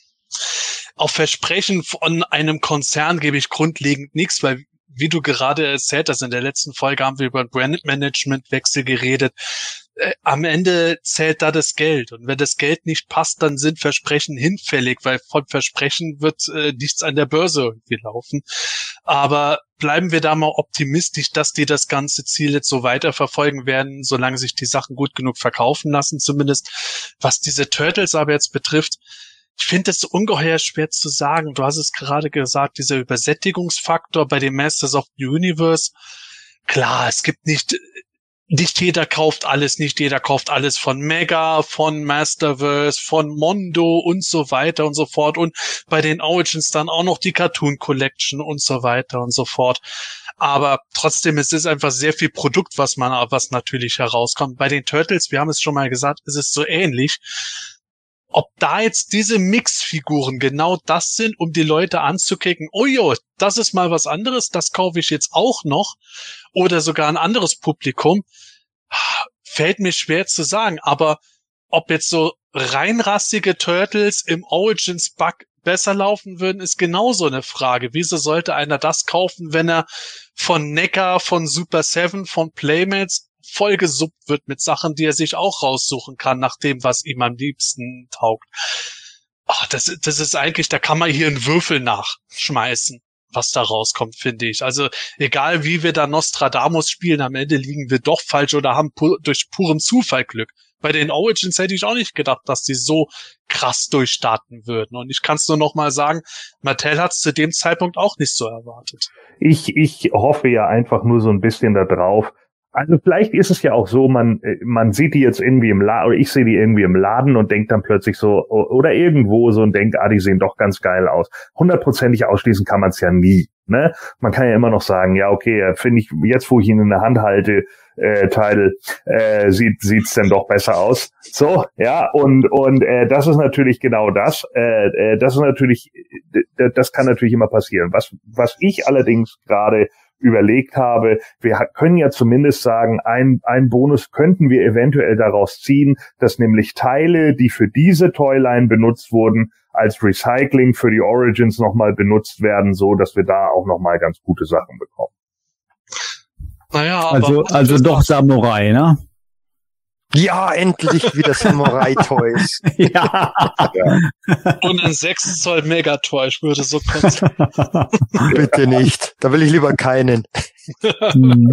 Auf Versprechen von einem Konzern gebe ich grundlegend nichts, weil, wie du gerade erzählt hast, in der letzten Folge haben wir über Brandmanagementwechsel geredet. Äh, am Ende zählt da das Geld. Und wenn das Geld nicht passt, dann sind Versprechen hinfällig, weil von Versprechen wird äh, nichts an der Börse irgendwie laufen. Aber bleiben wir da mal optimistisch, dass die das ganze Ziel jetzt so weiterverfolgen werden, solange sich die Sachen gut genug verkaufen lassen, zumindest. Was diese Turtles aber jetzt betrifft, ich finde es ungeheuer schwer zu sagen. Du hast es gerade gesagt, dieser Übersättigungsfaktor bei den Masters of the Universe. Klar, es gibt nicht, nicht jeder kauft alles, nicht jeder kauft alles von Mega, von Masterverse, von Mondo und so weiter und so fort. Und bei den Origins dann auch noch die Cartoon Collection und so weiter und so fort. Aber trotzdem, es ist einfach sehr viel Produkt, was man, was natürlich herauskommt. Bei den Turtles, wir haben es schon mal gesagt, ist es so ähnlich. Ob da jetzt diese Mixfiguren genau das sind, um die Leute anzukicken, oh jo, das ist mal was anderes, das kaufe ich jetzt auch noch, oder sogar ein anderes Publikum, fällt mir schwer zu sagen. Aber ob jetzt so reinrassige Turtles im Origins-Bug besser laufen würden, ist genauso eine Frage. Wieso sollte einer das kaufen, wenn er von Necker, von Super Seven, von Playmates vollgesuppt wird mit Sachen, die er sich auch raussuchen kann, nach dem, was ihm am liebsten taugt. Ach, das, das ist eigentlich, da kann man hier einen Würfel nachschmeißen, was da rauskommt, finde ich. Also egal, wie wir da Nostradamus spielen, am Ende liegen wir doch falsch oder haben pu- durch puren Zufall Glück. Bei den Origins hätte ich auch nicht gedacht, dass die so krass durchstarten würden. Und ich kann es nur noch mal sagen, Mattel hat es zu dem Zeitpunkt auch nicht so erwartet. Ich, ich hoffe ja einfach nur so ein bisschen da drauf. Also vielleicht ist es ja auch so, man man sieht die jetzt irgendwie im Laden, oder ich sehe die irgendwie im Laden und denkt dann plötzlich so, oder irgendwo so und denkt, ah, die sehen doch ganz geil aus. Hundertprozentig ausschließen kann man es ja nie, ne? Man kann ja immer noch sagen, ja, okay, finde ich, jetzt wo ich ihn in der Hand halte, äh, Teil, äh, sieht sieht's denn doch besser aus. So, ja, und und äh, das ist natürlich genau das. Äh, äh, das ist natürlich, d- das kann natürlich immer passieren. Was was ich allerdings gerade überlegt habe, wir können ja zumindest sagen, ein, ein Bonus könnten wir eventuell daraus ziehen, dass nämlich Teile, die für diese Toyline benutzt wurden, als Recycling für die Origins nochmal benutzt werden, so dass wir da auch nochmal ganz gute Sachen bekommen. Naja, aber Also, also doch Samurai, ne? Ja, endlich wieder Samurai-Toys. Ja. Ja. und ein sechs Zoll Megatoy, ich würde so kotzen. Bitte nicht. Da will ich lieber keinen. Hm.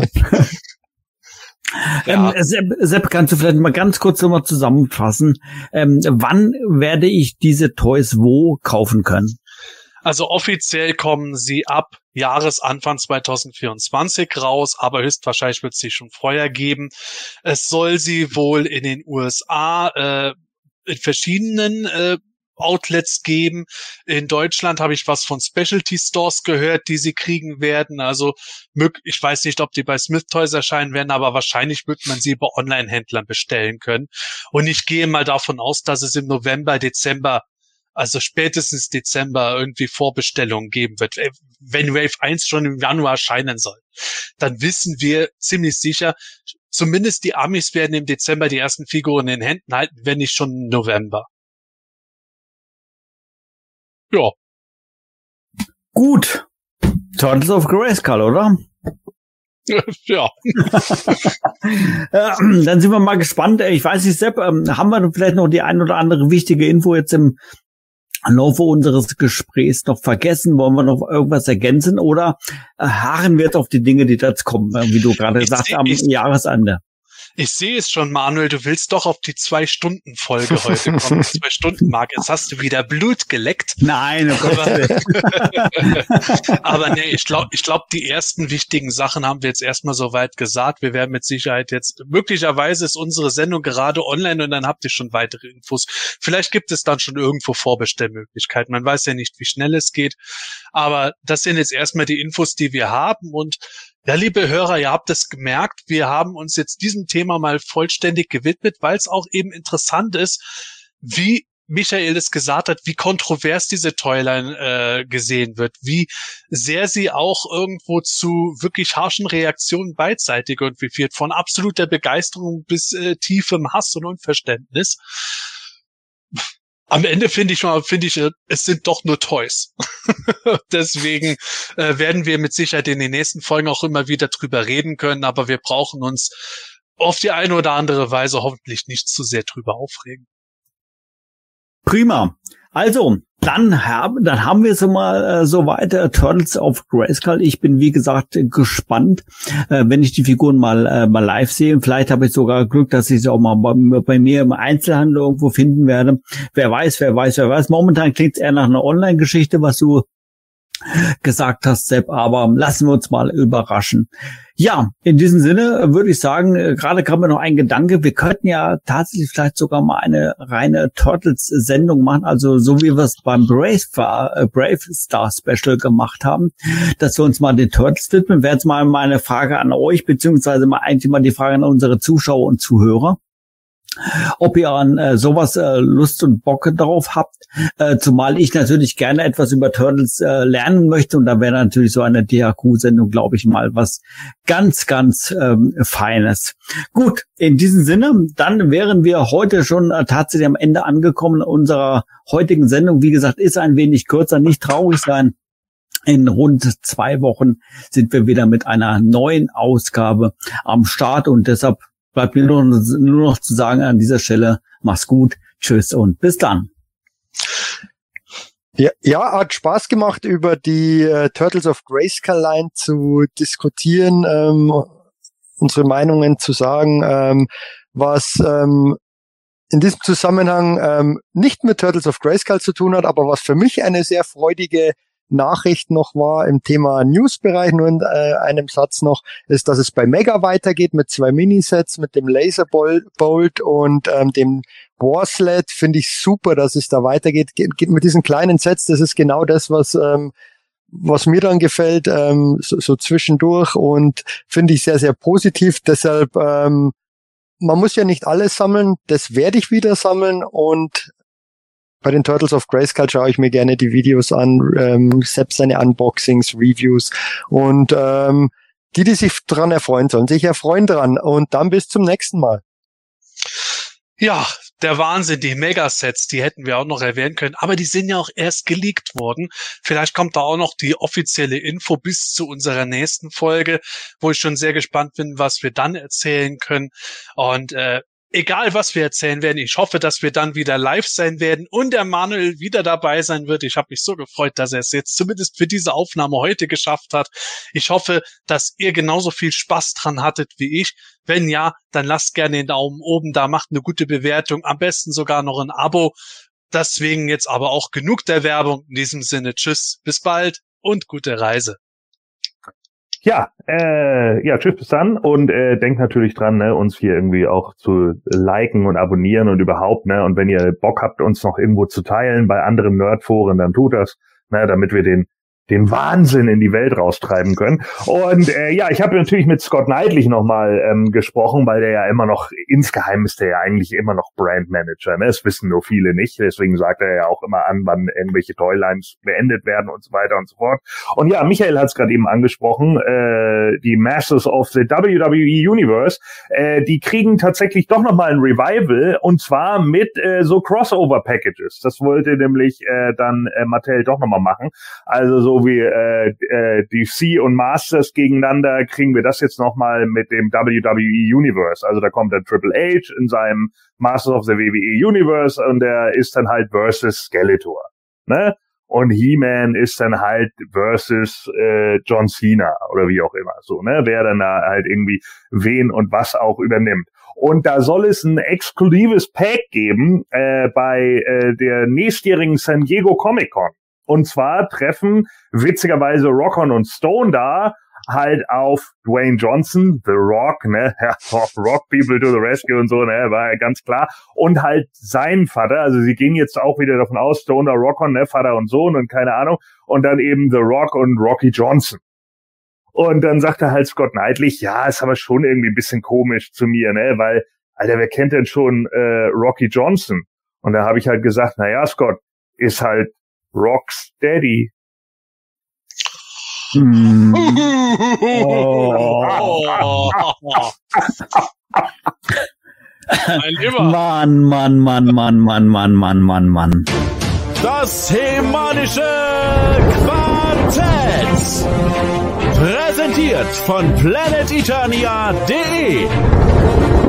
Ja. Ähm, Sepp, Sepp, kannst du vielleicht mal ganz kurz nochmal zusammenfassen, ähm, wann werde ich diese Toys wo kaufen können? Also offiziell kommen sie ab Jahresanfang zwanzig vierundzwanzig raus, aber höchstwahrscheinlich wird es sie schon vorher geben. Es soll sie wohl in den U S A äh, in verschiedenen äh, Outlets geben. In Deutschland habe ich was von Specialty Stores gehört, die sie kriegen werden. Also ich weiß nicht, ob die bei Smith Toys erscheinen werden, aber wahrscheinlich wird man sie bei Online-Händlern bestellen können. Und ich gehe mal davon aus, dass es im November, Dezember, also spätestens Dezember irgendwie Vorbestellungen geben wird. Wenn Wave eins schon im Januar erscheinen soll, dann wissen wir ziemlich sicher, zumindest die Amis werden im Dezember die ersten Figuren in den Händen halten, wenn nicht schon im November. Ja. Gut. Turtles of Grayskull, oder? Ja. äh, dann sind wir mal gespannt. Ich weiß nicht, Sepp, ähm, haben wir vielleicht noch die ein oder andere wichtige Info jetzt im Laufe unseres Gesprächs noch vergessen? Wollen wir noch irgendwas ergänzen oder äh, harren wir jetzt auf die Dinge, die jetzt kommen, äh, wie du gerade gesagt hast, am ich, Jahresende? Ich sehe es schon, Manuel, du willst doch auf die Zwei-Stunden-Folge heute kommen, die Zwei-Stunden-Marke. Jetzt hast du wieder Blut geleckt. Nein, oh Gott. Aber, aber nee, ich glaube, ich glaub, die ersten wichtigen Sachen haben wir jetzt erstmal soweit gesagt. Wir werden mit Sicherheit jetzt, möglicherweise ist unsere Sendung gerade online und dann habt ihr schon weitere Infos. Vielleicht gibt es dann schon irgendwo Vorbestellmöglichkeiten. Man weiß ja nicht, wie schnell es geht. Aber das sind jetzt erstmal die Infos, die wir haben. Und ja, liebe Hörer, ihr habt es gemerkt, wir haben uns jetzt diesem Thema mal vollständig gewidmet, weil es auch eben interessant ist, wie Michael es gesagt hat, wie kontrovers diese Toyline äh, gesehen wird, wie sehr sie auch irgendwo zu wirklich harschen Reaktionen beidseitig irgendwie führt, von absoluter Begeisterung bis äh, tiefem Hass und Unverständnis. Am Ende finde ich mal, finde ich, es sind doch nur Toys. Deswegen äh, werden wir mit Sicherheit in den nächsten Folgen auch immer wieder drüber reden können, aber wir brauchen uns auf die eine oder andere Weise hoffentlich nicht zu sehr drüber aufregen. Prima. Also, dann haben, dann haben wir es mal äh, soweit, äh, Turtles of Grayskull. Ich bin, wie gesagt, gespannt, äh, wenn ich die Figuren mal äh, mal live sehe. Vielleicht habe ich sogar Glück, dass ich sie auch mal bei, bei mir im Einzelhandel irgendwo finden werde. Wer weiß, wer weiß, wer weiß. Momentan klingt es eher nach einer Online-Geschichte, was du gesagt hast, Sepp, aber lassen wir uns mal überraschen. Ja, in diesem Sinne würde ich sagen, gerade kam mir noch ein Gedanke, wir könnten ja tatsächlich vielleicht sogar mal eine reine Turtles-Sendung machen, also so wie wir es beim Brave, äh, Brave Star Special gemacht haben, dass wir uns mal den Turtles widmen. Wäre jetzt mal meine Frage an euch, beziehungsweise mal eigentlich mal die Frage an unsere Zuschauer und Zuhörer, ob ihr an äh, sowas äh, Lust und Bock drauf habt, äh, zumal ich natürlich gerne etwas über Turtles äh, lernen möchte und da wäre natürlich so eine D H Q-Sendung, glaube ich mal, was ganz, ganz ähm, Feines. Gut, in diesem Sinne, dann wären wir heute schon äh, tatsächlich am Ende angekommen unserer heutigen Sendung. Wie gesagt, ist ein wenig kürzer, nicht traurig sein. In rund zwei Wochen sind wir wieder mit einer neuen Ausgabe am Start und deshalb bleibt mir nur, nur noch zu sagen an dieser Stelle, mach's gut, tschüss und bis dann. Ja, ja, hat Spaß gemacht, über die äh, Turtles of Grayskull Line zu diskutieren, ähm, unsere Meinungen zu sagen, ähm, was ähm, in diesem Zusammenhang ähm, nicht mit Turtles of Grayskull zu tun hat, aber was für mich eine sehr freudige Nachricht noch war im Thema News-Bereich, nur in äh, einem Satz noch, ist, dass es bei Mega weitergeht mit zwei Minisets, mit dem Laserbolt und ähm, dem Warsled. Finde ich super, dass es da weitergeht. Geht, geht mit diesen kleinen Sets, das ist genau das, was ähm, was mir dann gefällt, ähm, so, so zwischendurch und finde ich sehr, sehr positiv. Deshalb, ähm, man muss ja nicht alles sammeln, das werde ich wieder sammeln und bei den Turtles of Grayskull schaue ich mir gerne die Videos an, ähm, selbst seine Unboxings, Reviews und ähm, die, die sich dran erfreuen sollen, sich erfreuen dran und dann bis zum nächsten Mal. Ja, der Wahnsinn, die Megasets, die hätten wir auch noch erwähnen können, aber die sind ja auch erst geleakt worden. Vielleicht kommt da auch noch die offizielle Info bis zu unserer nächsten Folge, wo ich schon sehr gespannt bin, was wir dann erzählen können. Und äh, egal, was wir erzählen werden, ich hoffe, dass wir dann wieder live sein werden und der Manuel wieder dabei sein wird. Ich habe mich so gefreut, dass er es jetzt zumindest für diese Aufnahme heute geschafft hat. Ich hoffe, dass ihr genauso viel Spaß dran hattet wie ich. Wenn ja, dann lasst gerne den Daumen oben da, macht eine gute Bewertung, am besten sogar noch ein Abo. Deswegen jetzt aber auch genug der Werbung. In diesem Sinne, tschüss, bis bald und gute Reise. Ja, äh, ja, tschüss, bis dann und äh, denkt natürlich dran, ne, uns hier irgendwie auch zu liken und abonnieren und überhaupt, ne, und wenn ihr Bock habt, uns noch irgendwo zu teilen bei anderen Nerdforen, dann tut das, ne, damit wir den den Wahnsinn in die Welt raustreiben können. Und äh, ja, ich habe natürlich mit Scott Neidlich nochmal ähm, gesprochen, weil der ja immer noch, insgeheim ist der ja eigentlich immer noch Brandmanager, ne? Das wissen nur viele nicht, deswegen sagt er ja auch immer an, wann irgendwelche Toylines beendet werden und so weiter und so fort. Und ja, Michael hat es gerade eben angesprochen, äh, die Masters of the W W E Universe, äh, die kriegen tatsächlich doch nochmal ein Revival und zwar mit äh, so Crossover-Packages. Das wollte nämlich äh, dann äh, Mattel doch nochmal machen. Also so wie äh, äh, D C und Masters gegeneinander, kriegen wir das jetzt nochmal mit dem W W E Universe. Also da kommt der Triple H in seinem Masters of the W W E Universe und der ist dann halt versus Skeletor, ne? Und He-Man ist dann halt versus äh, John Cena oder wie auch immer, so, ne? Wer dann da halt irgendwie wen und was auch übernimmt. Und da soll es ein exklusives Pack geben äh, bei äh, der nächstjährigen San Diego Comic-Con. Und zwar treffen witzigerweise Rock-On und Stone da halt auf Dwayne Johnson, The Rock, ne, Rock People to the Rescue und so, ne, war ja ganz klar. Und halt sein Vater, also sie gehen jetzt auch wieder davon aus, Stone, der Rock-On, ne, Vater und Sohn und keine Ahnung. Und dann eben The Rock und Rocky Johnson. Und dann sagt er halt Scott Neidlich, ja, ist aber schon irgendwie ein bisschen komisch zu mir, ne, weil, Alter, wer kennt denn schon äh, Rocky Johnson? Und da habe ich halt gesagt, na ja, Scott, ist halt Rock's Daddy. Hm. Oh. Mein Lieber. Mann, Mann, Mann, Mann, Mann, Mann, Mann, Mann, Mann. Das Hemanische Quartett. Präsentiert von Planet Eternia punkt de.